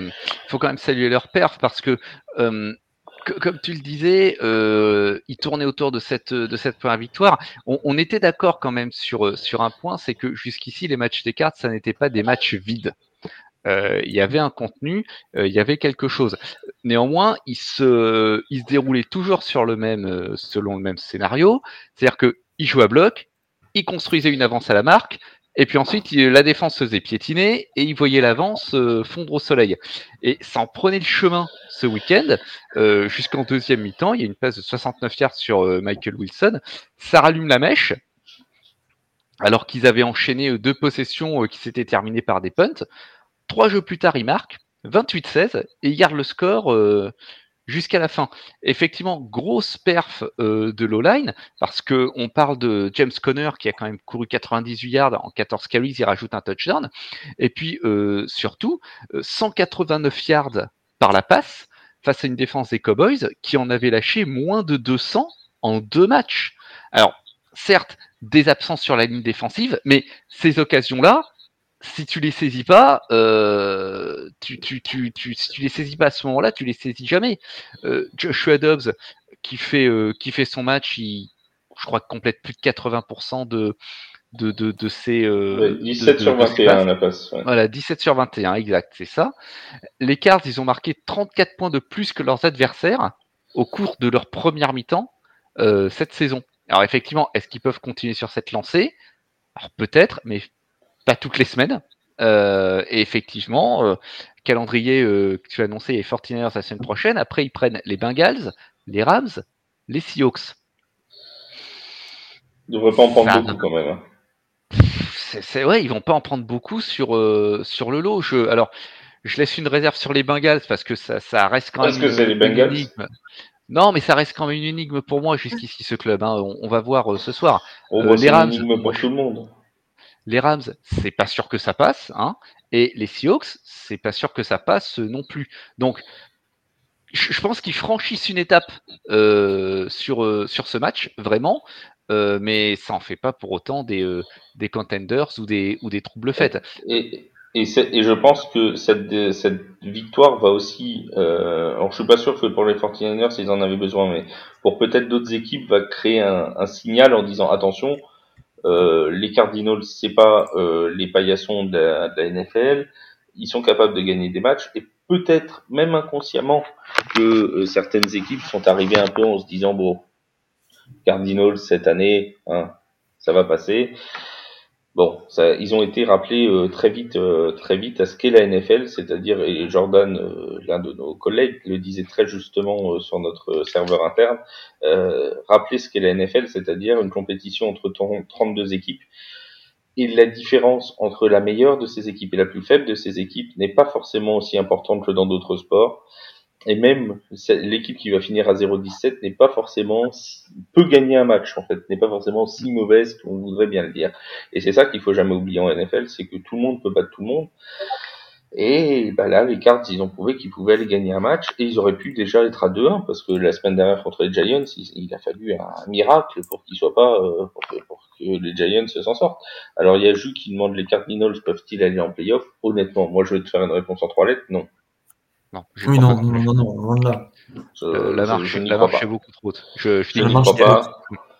perf parce que comme tu le disais, ils tournaient autour de cette première victoire. On était d'accord quand même sur un point, c'est que jusqu'ici les matchs des cartes, ça n'était pas des matchs vides. Il y avait un contenu, il y avait quelque chose. Néanmoins, ils se déroulaient toujours selon le même scénario, c'est-à-dire que ils jouaient à bloc, ils construisaient une avance à la marque, et puis ensuite la défense se faisait piétiner et ils voyaient l'avance fondre au soleil. Et ça en prenait le chemin ce week-end jusqu'en deuxième mi-temps. Il y a une passe de 69 yards sur Michael Wilson, ça rallume la mèche. Alors qu'ils avaient enchaîné 2 possessions qui s'étaient terminées par des punts. 3 jeux plus tard, il marque 28-16 et il garde le score jusqu'à la fin. Effectivement, grosse perf de l'O-line parce qu'on parle de James Conner qui a quand même couru 98 yards en 14 carries, il rajoute un touchdown. Et puis surtout, 189 yards par la passe face à une défense des Cowboys qui en avait lâché moins de 200 en 2 matchs. Alors, certes, des absences sur la ligne défensive, mais ces occasions-là, si tu les saisis pas, si tu les saisis pas à ce moment-là, tu les saisis jamais. Joshua Dobbs qui fait son match, je crois, complète plus de 80% de ses 17 sur 21 la passe. Ouais. Voilà, 17 sur 21, exact, c'est ça. Les Cards, ils ont marqué 34 points de plus que leurs adversaires au cours de leur première mi-temps cette saison. Alors effectivement, est-ce qu'ils peuvent continuer sur cette lancée? Alors peut-être, mais pas toutes les semaines. Et effectivement, calendrier que tu as annoncé les 49ers la semaine prochaine. Après, ils prennent les Bengals, les Rams, les Seahawks. Ils ne devraient pas en prendre beaucoup quand même. Hein. Ouais, ils vont pas en prendre beaucoup sur le lot. Alors, je laisse une réserve sur les Bengals parce que ça reste quand même que c'est les Bengals. Non, mais ça reste quand même une énigme pour moi jusqu'ici, ce club. Hein. On va voir ce soir. Bah, Les c'est une Rams, énigme pour tout le monde. les Rams, c'est pas sûr que ça passe. Hein. Et les Seahawks, c'est pas sûr que ça passe non plus. Donc, je pense qu'ils franchissent une étape sur ce match, vraiment. Mais ça en fait pas pour autant des contenders ou des troubles faits. Et je pense que cette victoire va aussi, alors je suis pas sûr que pour les 49ers ils en avaient besoin, mais pour peut-être d'autres équipes va créer un signal en disant attention, les Cardinals c'est pas les paillassons de la NFL, ils sont capables de gagner des matchs et peut-être même inconsciemment que certaines équipes sont arrivées un peu en se disant bon, Cardinals cette année, hein, ça va passer. Bon, ils ont été rappelés très vite à ce qu'est la NFL, c'est-à-dire, et Jordan, l'un de nos collègues, le disait très justement sur notre serveur interne, rappeler ce qu'est la NFL, c'est-à-dire une compétition entre 32 équipes, et la différence entre la meilleure de ces équipes et la plus faible de ces équipes n'est pas forcément aussi importante que dans d'autres sports. Et même l'équipe qui va finir à 0-17 n'est pas forcément peut gagner un match en fait, n'est pas forcément si mauvaise qu'on voudrait bien le dire. Et c'est ça qu'il faut jamais oublier en NFL, c'est que tout le monde peut battre tout le monde. Et bah là, les Cards, ils ont prouvé qu'ils pouvaient aller gagner un match et ils auraient pu déjà être à 2-1 parce que la semaine dernière contre les Giants, il a fallu un miracle pour qu'ils soient pas pour que les Giants s'en sortent. Alors il y a Jus qui demande les Cardinals peuvent-ils aller en playoff. Honnêtement, moi je vais te faire une réponse en 3 lettres, non. Non, Oui, non, loin de là. La marche est beaucoup trop haute. Je n'y crois pas.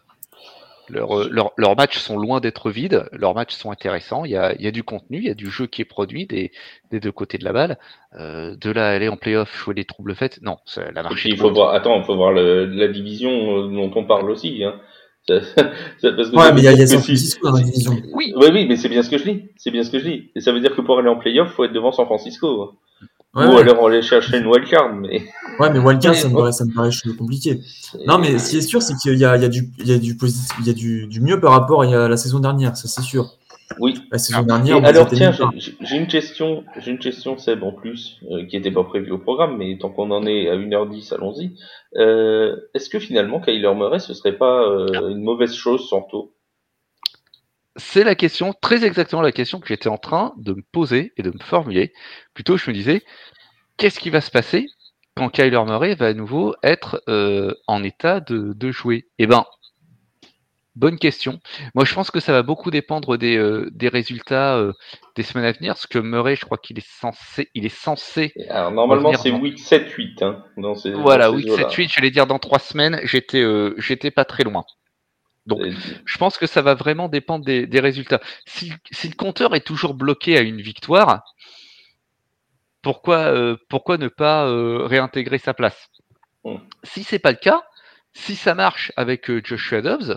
Leurs matchs sont loin d'être vides, leurs matchs sont intéressants, il y a du contenu, il y a du jeu qui est produit des deux côtés de la balle. De là à aller en playoff, jouer des troubles faits, non, la marche est trop haute. Il faut voir la division dont on parle aussi. Hein. Parce que mais il y a San Francisco dans la division. Oui, mais c'est bien ce que je dis. Et ça veut dire que pour aller en playoff, faut être devant San Francisco. Ouais, ou alors on aller chercher une wildcard, mais. Ouais, mais wildcard, ça me paraît compliqué. Non, mais ce qui est sûr, c'est qu'il y a du positif, il y a du mieux par rapport à la saison dernière, ça c'est sûr. Oui. La saison dernière. Alors tiens, j'ai une question, Seb, en plus, qui n'était pas prévue au programme, mais tant qu'on en est à 1h10, allons-y. Est-ce que finalement, Kyler Murray, ce serait pas une mauvaise chose, Santo? C'est la question, très exactement la question que j'étais en train de me poser et de me formuler. Plutôt, je me disais, qu'est-ce qui va se passer quand Kyler Murray va à nouveau être en état de jouer? Eh ben, bonne question. Moi, je pense que ça va beaucoup dépendre des résultats des semaines à venir, parce que Murray, je crois qu'il est censé. Alors, normalement, c'est week 7-8. Hein, voilà, week 7-8, j'allais dire dans 3 semaines, j'étais pas très loin. Donc, je pense que ça va vraiment dépendre des résultats. Si le compteur est toujours bloqué à une victoire, pourquoi ne pas réintégrer sa place? Si c'est pas le cas, si ça marche avec Joshua Dobbs,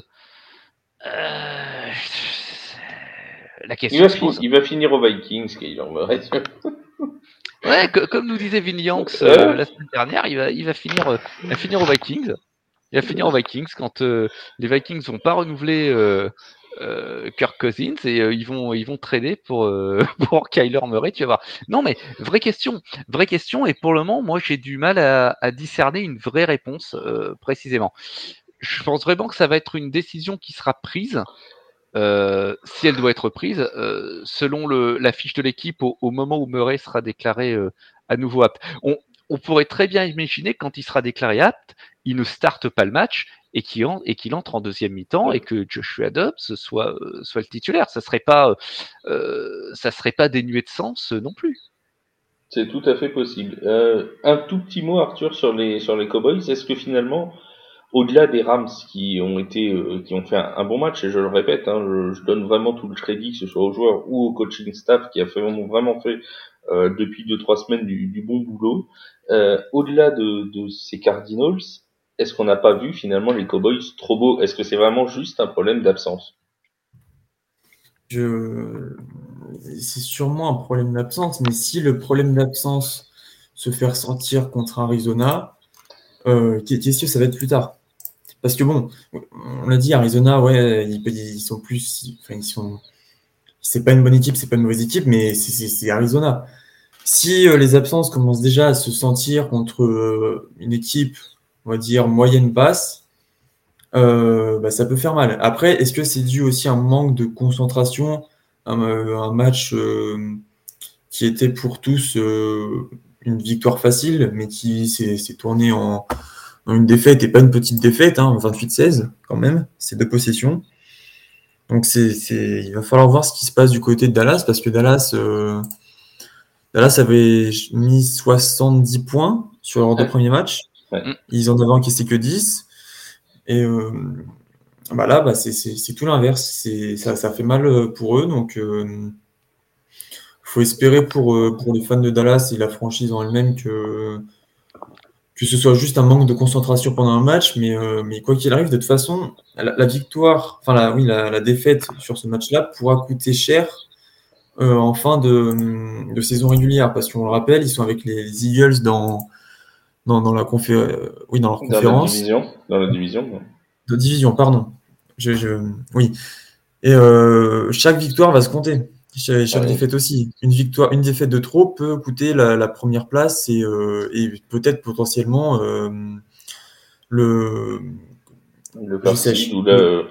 la question il va finir aux Vikings, Kyler Murray. Ouais, comme nous disait Vin Yanks la semaine dernière, il va finir aux Vikings. Il va finir aux Vikings quand les Vikings vont pas renouveler Kirk Cousins et ils vont trader pour Kyler Murray, tu vas voir. Non mais vraie question et pour le moment moi j'ai du mal à discerner une vraie réponse précisément. Je pense vraiment que ça va être une décision qui sera prise si elle doit être prise selon la fiche de l'équipe au moment où Murray sera déclaré à nouveau apte. On pourrait très bien imaginer quand il sera déclaré apte, il ne starte pas le match et qu'il entre en deuxième mi-temps et que Joshua Dobbs soit le titulaire. Ça serait pas dénué de sens non plus. C'est tout à fait possible. Un tout petit mot, Arthur, sur les Cowboys. Est-ce que finalement, au-delà des Rams qui ont fait un bon match, et je le répète, hein, je donne vraiment tout le crédit, que ce soit aux joueurs ou au coaching staff qui a vraiment fait depuis 2-3 semaines du bon boulot. Au-delà de ces Cardinals, est-ce qu'on n'a pas vu finalement les Cowboys trop beaux? Est-ce que c'est vraiment juste un problème d'absence? C'est sûrement un problème d'absence, mais si le problème d'absence se fait ressentir contre Arizona, qu'est-ce que ça va être plus tard? Parce que bon, on l'a dit, Arizona, ouais, ils sont plus, enfin c'est pas une bonne équipe, c'est pas une mauvaise équipe, mais c'est Arizona. Si les absences commencent déjà à se sentir contre une équipe on va dire, moyenne basse, ça peut faire mal. Après, est-ce que c'est dû aussi à un manque de concentration, un match qui était pour tous une victoire facile, mais qui s'est tourné en une défaite, et pas une petite défaite, 28-16 quand même, c'est 2 possessions. Donc il va falloir voir ce qui se passe du côté de Dallas, parce que Dallas avait mis 70 points sur leurs 2 premiers matchs. Ouais. Ils en avaient encaissé que 10. Et là, c'est tout l'inverse. Ça fait mal pour eux. Donc, faut espérer pour les fans de Dallas et la franchise en elle-même que ce soit juste un manque de concentration pendant un match. Mais quoi qu'il arrive, de toute façon, la victoire, la défaite sur ce match-là pourra coûter cher en fin de saison régulière. Parce qu'on le rappelle, ils sont avec les Eagles dans la conférence. Dans la division. De division, pardon. Oui. Et chaque victoire va se compter. Chaque défaite aussi. Une défaite de trop peut coûter la première place et peut-être potentiellement le first seed ou le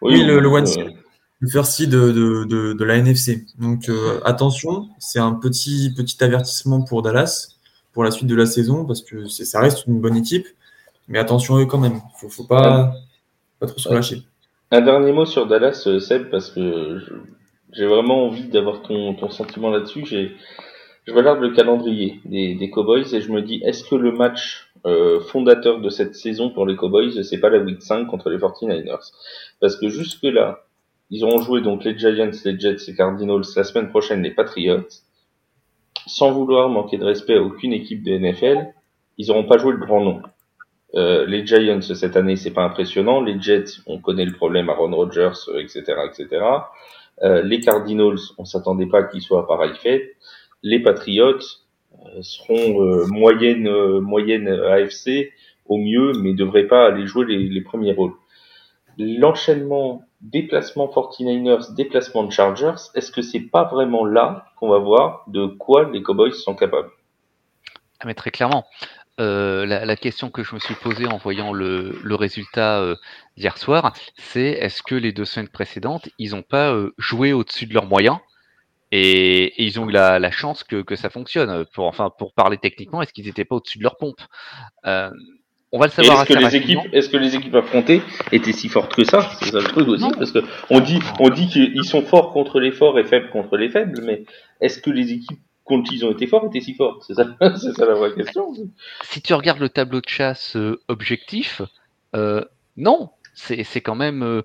first seed de la NFC. Donc attention, c'est un petit avertissement pour Dallas pour la suite de la saison, parce que ça reste une bonne équipe, mais attention à eux quand même. Faut pas trop se relâcher. Un dernier mot sur Dallas, Seb, parce que j'ai vraiment envie d'avoir ton sentiment là-dessus. Je regarde le calendrier des Cowboys et je me dis, est-ce que le match fondateur de cette saison pour les Cowboys, c'est pas la Week 5 contre les 49ers? Parce que jusque-là, ils auront joué donc les Giants, les Jets, les Cardinals, la semaine prochaine les Patriots. Sans vouloir manquer de respect à aucune équipe de NFL, ils n'auront pas joué le grand nom. Les Giants cette année, c'est pas impressionnant. Les Jets, on connaît le problème, Aaron Rodgers, etc., etc. Les Cardinals, on s'attendait pas qu'ils soient à pareille fête. Les Patriots seront moyenne AFC au mieux, mais devraient pas aller jouer les premiers rôles. L'enchaînement déplacement 49ers, déplacement de Chargers, est-ce que c'est pas vraiment là qu'on va voir de quoi les Cowboys sont capables? Ah, mais très clairement. La question que je me suis posée en voyant le résultat d'hier soir, c'est est-ce que les 2 semaines précédentes, ils n'ont pas joué au-dessus de leurs moyens et ils ont eu la chance que ça fonctionne. Pour parler techniquement, est-ce qu'ils n'étaient pas au-dessus de leur pompe? On va le savoir assez rapidement. Est-ce que les équipes affrontées étaient si fortes que ça? C'est ça le truc aussi, parce que on dit qu'ils sont forts contre les forts et faibles contre les faibles, mais est-ce que les équipes contre qui ils ont été forts étaient si forts? C'est ça la vraie question. Si tu regardes le tableau de chasse objectif, non, c'est quand même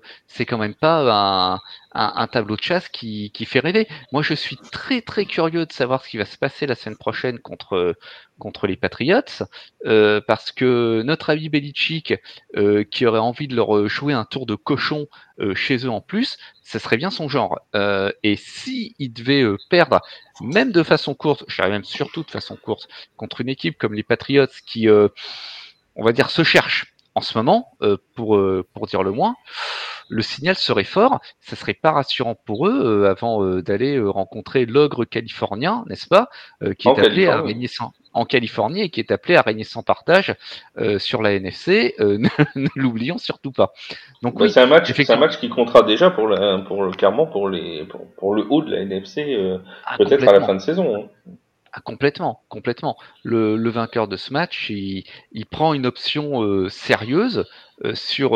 pas un tableau de chasse qui fait rêver. Moi, je suis très très curieux de savoir ce qui va se passer la semaine prochaine contre les Patriots, parce que notre ami Belichick, qui aurait envie de leur jouer un tour de cochon chez eux en plus, ce serait bien son genre. Et si il devait perdre, même de façon courte, je dirais même surtout de façon courte, contre une équipe comme les Patriots qui, on va dire, se cherchent en ce moment, pour dire le moins, le signal serait fort. Ça serait pas rassurant pour eux avant d'aller rencontrer l'ogre californien, n'est-ce pas, qui est appelé à régner en Californie et qui est appelé à régner sans partage sur la NFC. Ne l'oublions surtout pas. Donc oui, c'est un match qui comptera déjà clairement pour le haut de la NFC, peut-être à la fin de saison. Hein. Ah, complètement. Le vainqueur de ce match, il prend une option sérieuse sur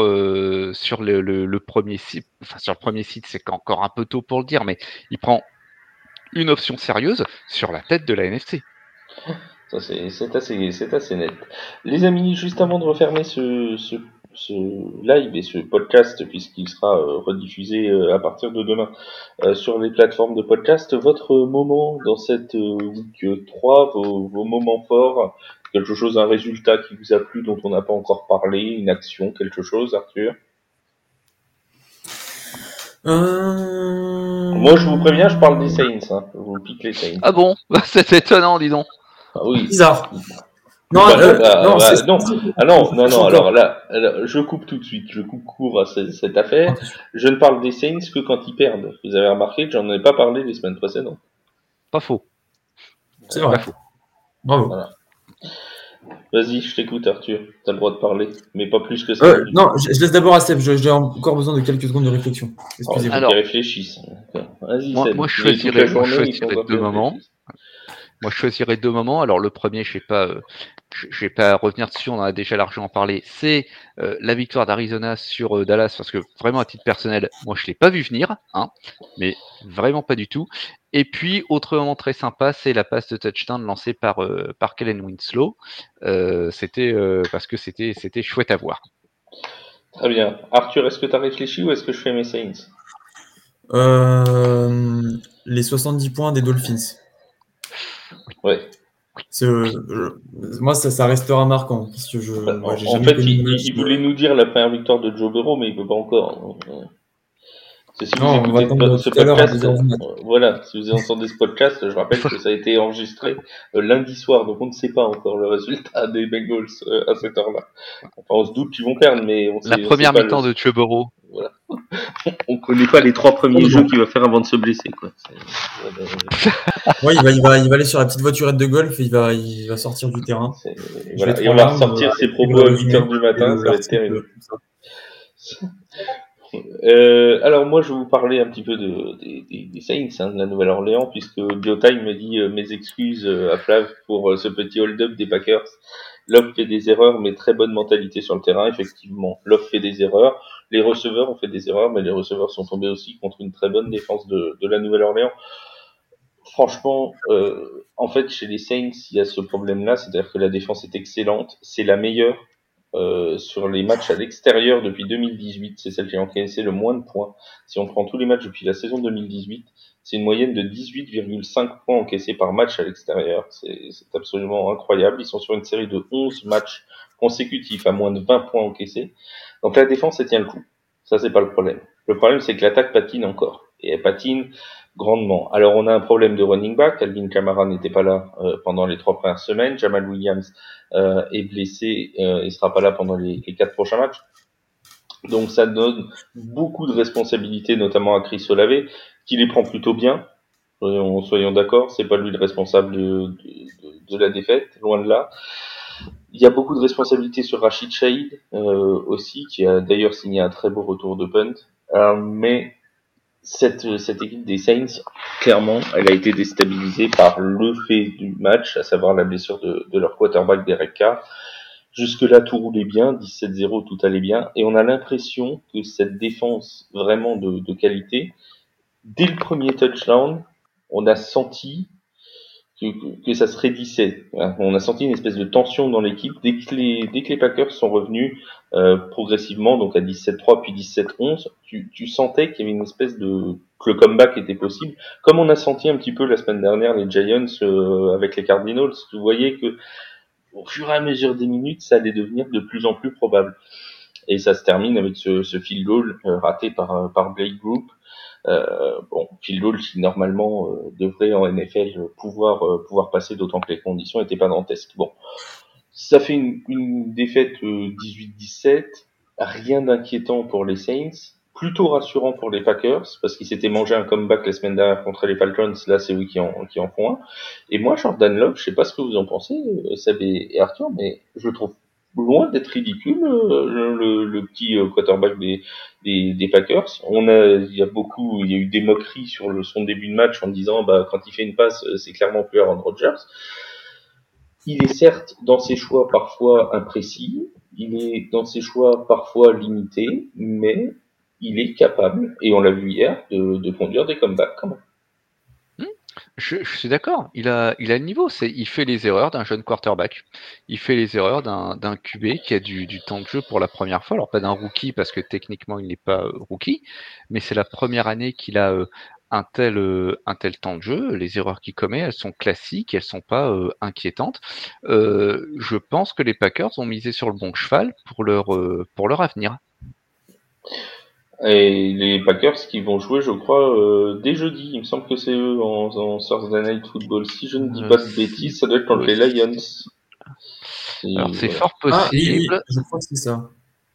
le premier site. Enfin, sur le premier site, c'est encore un peu tôt pour le dire, mais il prend une option sérieuse sur la tête de la NFC. Ça, c'est assez net. Les amis, juste avant de refermer ce live et ce podcast, puisqu'il sera rediffusé à partir de demain sur les plateformes de podcast, votre moment dans cette week 3, vos moments forts, quelque chose, un résultat qui vous a plu dont on n'a pas encore parlé, une action, quelque chose, Arthur? Moi, je vous préviens, je parle des Saints. Hein. Je vous pique les Saints. Ah bon? C'est étonnant, dis donc. Ah oui. Bizarre. Non, non. Alors là, je coupe tout de suite. Je coupe court à cette affaire. Je ne parle des Saints que quand ils perdent. Vous avez remarqué que j'en ai pas parlé les semaines précédentes. Pas faux. C'est vrai. Pas faux. Bravo. Voilà. Vas-y, je t'écoute, Arthur. T'as le droit de parler, mais pas plus que 5 minutes. Non, je laisse d'abord à Seb. J'ai encore besoin de quelques secondes de réflexion. Alors, il Excusez-moi. faut Alors, qu'il réfléchisse. D'accord. Vas-y, moi, Seb. moi, je Il est toute la choisirais, moi, je journée, il faut choisirais pas deux qu'il moments. réfléchisse. Moi, je choisirais deux moments. Alors, le premier, je vais pas revenir dessus. On en a déjà largement parlé. C'est la victoire d'Arizona sur Dallas, parce que vraiment, à titre personnel, moi, je l'ai pas vu venir, hein, mais vraiment pas du tout. Et puis, autre moment très sympa, c'est la passe de touchdown lancée par Kellen Winslow. Parce que c'était chouette à voir. Très bien. Arthur, est-ce que t'as réfléchi ou est-ce que je fais mes Saints? Les 70 points des Dolphins. Ouais. Moi, ça restera marquant parce que j'ai En jamais fait, connu de match. il voulait nous dire la première victoire de Joe Burrow, mais il peut pas encore. Donc, si vous Non, on va écoutez attendre ce tout à l'heure à podcast, 2h du mat. voilà, si vous entendez ce podcast, je rappelle que ça a été enregistré lundi soir, donc on ne sait pas encore le résultat des Bengals à cette heure-là. Enfin, on se doute qu'ils vont perdre, mais on La sait première pas le. mi-temps de Joe Burrow. Voilà. On connaît pas les 3 premiers jeux qu'il va faire avant de se blesser, quoi. Ouais, il va aller sur la petite voiturette de golf et il va sortir du terrain. Je vais Voilà. être Et en on va larmes ressortir ses écrire propos le à 8 résumé heures du et matin, ça va être l'article terrible. comme ça. Alors moi, je vais vous parler un petit peu des Saints, de la Nouvelle-Orléans, puisque Biotime me dit mes excuses à Flav pour ce petit hold-up des Packers. Love fait des erreurs, mais très bonne mentalité sur le terrain. Effectivement, Love fait des erreurs. Les receveurs ont fait des erreurs, mais les receveurs sont tombés aussi contre une très bonne défense de la Nouvelle-Orléans. Franchement, en fait, chez les Saints, il y a ce problème-là, c'est-à-dire que la défense est excellente. C'est la meilleure sur les matchs à l'extérieur depuis 2018. C'est celle qui a encaissé le moins de points. Si on prend tous les matchs depuis la saison 2018, c'est une moyenne de 18,5 points encaissés par match à l'extérieur. C'est absolument incroyable. Ils sont sur une série de 11 matchs consécutifs à moins de 20 points encaissés. Donc la défense, elle tient le coup. Ça, c'est pas le problème. Le problème, c'est que l'attaque patine encore. Et elle patine grandement. Alors, on a un problème de running back. Alvin Kamara n'était pas là pendant les 3 premières semaines. Jamal Williams est blessé. Il sera pas là pendant les 4 prochains matchs. Donc, ça donne beaucoup de responsabilités, notamment à Chris Olave, qui les prend plutôt bien. Soyons d'accord. C'est pas lui le responsable de la défaite, loin de là. Il y a beaucoup de responsabilités sur Rachid Shahid aussi, qui a d'ailleurs signé un très beau retour de punt. Mais cette équipe des Saints, clairement, elle a été déstabilisée par le fait du match, à savoir la blessure de leur quarterback Derek Carr. Jusque-là, tout roulait bien, 17-0, tout allait bien, et on a l'impression que cette défense vraiment de qualité, dès le premier touchdown, on a senti que ça se raidissait. Voilà. On a senti une espèce de tension dans l'équipe dès que les Packers sont revenus progressivement, donc à 17-3 puis 17-11, tu sentais qu'il y avait une espèce de que le comeback était possible, comme on a senti un petit peu la semaine dernière les Giants avec les Cardinals. Tu voyais que au fur et à mesure des minutes, ça allait devenir de plus en plus probable. Et ça se termine avec ce field goal raté par Blake Group. Field goal qui normalement devrait en NFL pouvoir passer, d'autant que les conditions n'étaient pas dantesques. Bon, ça fait une défaite 18-17, rien d'inquiétant pour les Saints, plutôt rassurant pour les Packers parce qu'ils s'étaient mangé un comeback la semaine dernière contre les Falcons. Là, c'est eux qui en font un. Et moi, Jordan Love, je sais pas ce que vous en pensez, Seb et Arthur, mais je le trouve loin d'être ridicule le petit quarterback des Packers. Il y a eu des moqueries sur son début de match en disant bah quand il fait une passe c'est clairement plus Aaron Rodgers. Il est certes dans ses choix parfois imprécis, il est dans ses choix parfois limités, mais il est capable, et on l'a vu hier, de conduire des comebacks quand même. Je suis d'accord, il a le niveau, il fait les erreurs d'un jeune quarterback, il fait les erreurs d'un QB qui a du temps de jeu pour la première fois, alors pas d'un rookie parce que techniquement il n'est pas rookie, mais c'est la première année qu'il a un tel temps de jeu. Les erreurs qu'il commet, elles sont classiques, elles sont pas inquiétantes. Je pense que les Packers ont misé sur le bon cheval pour leur avenir. Et les Packers qui vont jouer, je crois, dès jeudi. Il me semble que c'est eux en Thursday Night Football. Si je ne dis pas de bêtises, ça doit être contre les Lions. Alors c'est Voilà. fort Ah, oui, possible. je crois que c'est ça.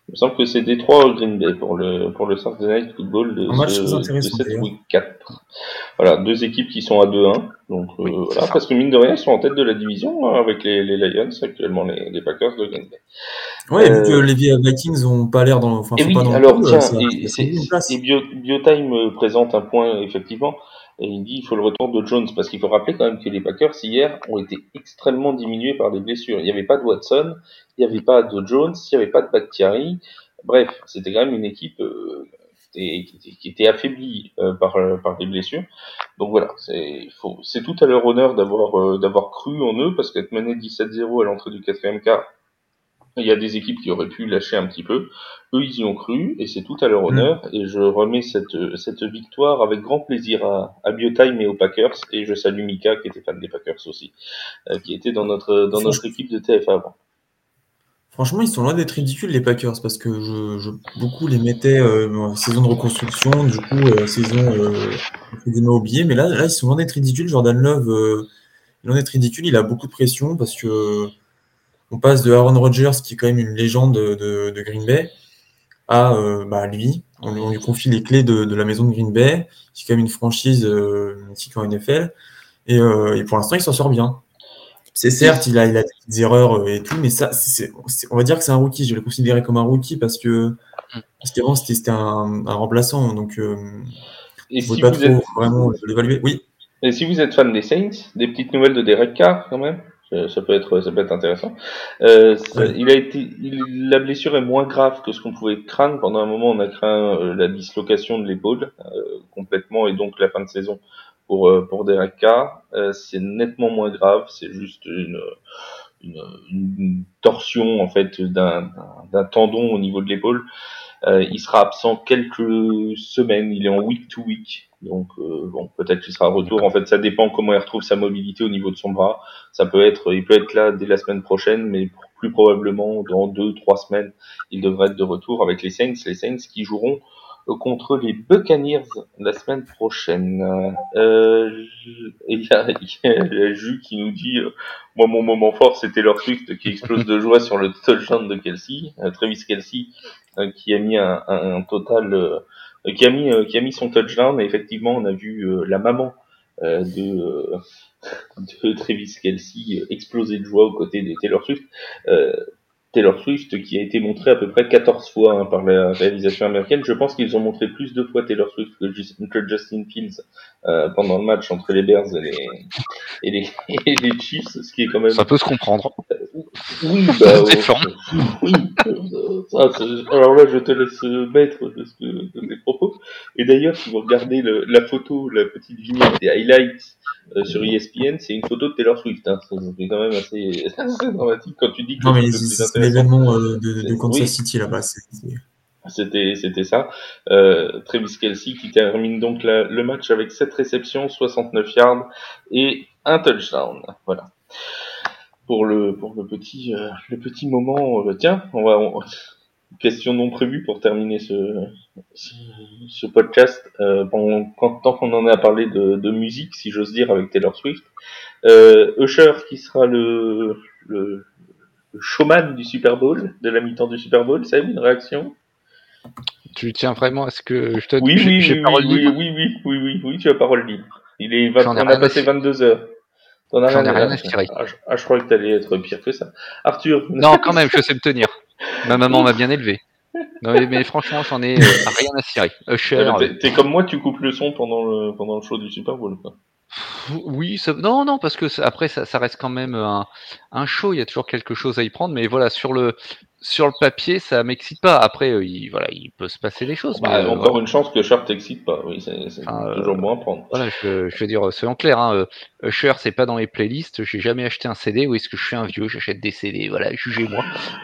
Il me semble que c'est Détroit Green Bay pour le Saturday Night Football Un match très de intéressant cette d'ailleurs. week 4. Voilà, deux équipes qui sont à 2-1. Donc Oui, c'est voilà, ça. parce que mine de rien, ils sont en tête de la division hein, avec les Lions, actuellement les Packers de Green Bay. Ouais, vu que les Vikings ont pas l'air Et sont pas oui, dans le alors coup, tiens, ça fait une place. Biotime présente un point effectivement, et il dit il faut le retour de Jones, parce qu'il faut rappeler quand même que les Packers hier ont été extrêmement diminués par des blessures. Il n'y avait pas de Watson, il n'y avait pas de Jones, il n'y avait pas de Bakhtiari. Bref, c'était quand même une équipe qui était affaiblie par des blessures. Donc voilà, c'est tout à leur honneur d'avoir cru en eux, parce qu'être mené 17-0 à l'entrée du quatrième quart, il y a des équipes qui auraient pu lâcher un petit peu. Eux, ils y ont cru et c'est tout à leur honneur. Et je remets cette victoire avec grand plaisir à Biotime et aux Packers. Et je salue Mika qui était fan des Packers aussi, qui était dans notre Franch- équipe de TF1 avant. Franchement, ils sont loin d'être ridicules, les Packers, parce que beaucoup les mettaient en saison de reconstruction, du coup, saison entre guillemets oubliée. Mais là, ils sont loin d'être ridicules. Jordan Love, loin d'être ridicule. Il a beaucoup de pression parce que on passe de Aaron Rodgers, qui est quand même une légende de Green Bay, à lui. On lui confie les clés de la maison de Green Bay, qui est quand même une franchise mythique en NFL. Et pour l'instant, il s'en sort bien. C'est Et, certes, il a des petites erreurs et tout, mais ça, on va dire que c'est un rookie. Je vais le considérer comme un rookie parce qu'avant, c'était un remplaçant. Donc, et je ne pouvais si pas vous trop êtes vraiment l'évaluer. Oui. et si vous êtes fan des Saints, des petites nouvelles de Derek Carr quand même. Ça peut être intéressant. Ouais. La blessure est moins grave que ce qu'on pouvait craindre. Pendant un moment, on a craint la dislocation de l'épaule complètement et donc la fin de saison pour Derek Carr. C'est nettement moins grave. C'est juste une torsion en fait d'un tendon au niveau de l'épaule. Il sera absent quelques semaines. Il est en week to week. Donc bon, peut-être qu'il sera retour. En fait, ça dépend comment il retrouve sa mobilité au niveau de son bras. Il peut être là dès la semaine prochaine, mais plus probablement dans 2-3 semaines, il devrait être de retour avec les Saints. Les Saints qui joueront contre les Buccaneers la semaine prochaine. Et il y a Jus qui nous dit moi mon moment fort c'était leur Swift qui explose de joie sur le touchdown de Kelsey, Travis Kelsey qui a mis un total qui a mis son touchdown et effectivement on a vu la maman de Travis Kelsey exploser de joie aux côtés de Taylor Swift. Euh, Taylor Swift qui a été montré à peu près 14 fois par la réalisation américaine. Je pense qu'ils ont montré plus de fois Taylor Swift que Justin Fields pendant le match entre les Bears et les Chiefs, ce qui est quand même Ça peut se comprendre. oui, Ça se défend. oui. Alors là, je te laisse maître de tes propos. Et d'ailleurs, si vous regardez la photo, la petite vignette des highlights sur ESPN, c'est une photo de Taylor Swift. Hein. C'est quand même assez dramatique quand tu dis que Non, le mais truc le plus c'est intéressant, l'événement de Kansas oui, City là-bas. c'était ça. Travis Kelsey qui termine donc le match avec 7 réceptions, 69 yards et un touchdown. Voilà. Pour le petit moment, tiens, question non prévue pour terminer ce podcast. Tant qu'on en est à parler de musique, si j'ose dire, avec Taylor Swift, Usher qui sera le showman du Super Bowl, de la mi-temps du Super Bowl, ça a une réaction? Tu tiens vraiment à ce que je te Oui, oui, j'ai oui, oui, parole oui, libre. oui, oui, oui, oui, oui, tu as parole libre. J'en ai On a rien à passé 22 heures. T'en as j'en rien ai rien à... à cirer. je croyais que t'allais être pire que ça. Arthur. Non, quand même, je sais me tenir. Ma maman m'a bien élevé. Non, mais franchement, j'en ai rien à cirer. Usher, T'es comme moi, tu coupes le son pendant le show du Super Bowl, quoi. oui, non, parce que après, ça reste quand même un show. Il y a toujours quelque chose à y prendre, mais voilà, sur le papier, ça m'excite pas. Après, il peut se passer des choses, mais Encore une chance que Char t'excite pas. Oui, c'est enfin, toujours bon à prendre. voilà, je veux dire, soyons clairs. Hein, Usher, c'est pas dans les playlists. J'ai jamais acheté un CD. Ou est-ce que je suis un vieux? J'achète des CD. Voilà, jugez-moi.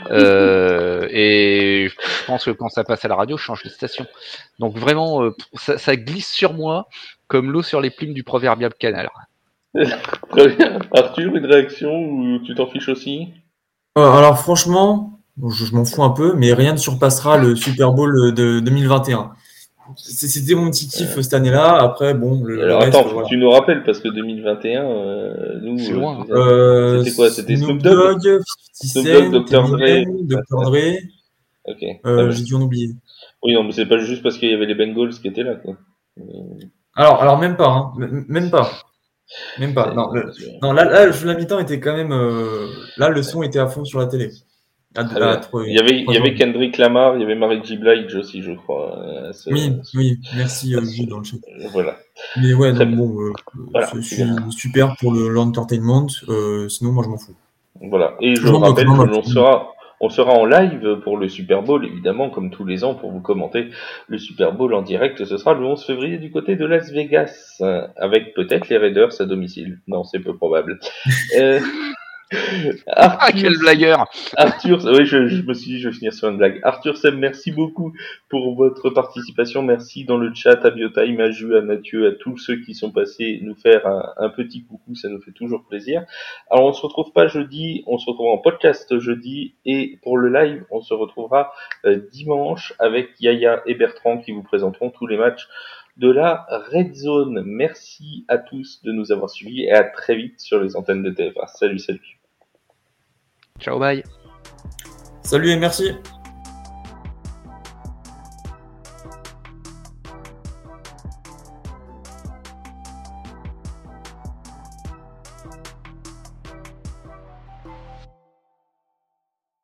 Et je pense que quand ça passe à la radio, je change de station. Donc vraiment, ça glisse sur moi comme l'eau sur les plumes du proverbial canal. Très bien. Arthur, une réaction ou tu t'en fiches aussi? Alors franchement, bon, je m'en fous un peu, mais rien ne surpassera le Super Bowl de 2021. C'était mon petit kiff cette année-là. Après, bon, le Alors reste, attends, faut que voilà. tu nous rappelles parce que 2021, C'est nous, loin. c'était quoi? C'était Snoop Snoop Dogg? Dogg, 50 Snoop Dogg, Cent, Dr. Dre. Eminem, Dr. Dre. Ok. Ah J'ai dû en oublier. oui, non, mais c'est pas juste parce qu'il y avait les Bengals qui étaient là, quoi. Alors même pas, hein. Même pas. Même pas. Non, non là, le jeu de la mi-temps était quand même. Là, le son était à fond sur la télé. Très bien. Il y avait Kendrick Lamar, il y avait Mary J. Blige aussi, je crois. Oui, merci Jules dans le chat. Voilà. Mais ouais, Très non, bien. bon, Voilà. je suis super pour l'entertainment. Sinon, moi, je m'en fous. Voilà. Et je Je m'en moque, rappelle je m'en que moque. on sera en live pour le Super Bowl, évidemment, comme tous les ans, pour vous commenter le Super Bowl en direct. Ce sera le 11 février du côté de Las Vegas, avec peut-être les Raiders à domicile. Non, c'est peu probable. Ah, Arthur, quel blagueur! oui, je me suis dit, je vais finir sur une blague. Arthur Sem, merci beaucoup pour votre participation. Merci dans le chat à Biotime, à Ju, à Mathieu, à tous ceux qui sont passés nous faire un petit coucou. Ça nous fait toujours plaisir. Alors, on se retrouve pas jeudi, on se retrouve en podcast jeudi. Et pour le live, on se retrouvera dimanche avec Yaya et Bertrand qui vous présenteront tous les matchs de la Red Zone. Merci à tous de nous avoir suivis et à très vite sur les antennes de TF1. Salut, salut. Ciao, bye! Salut et merci.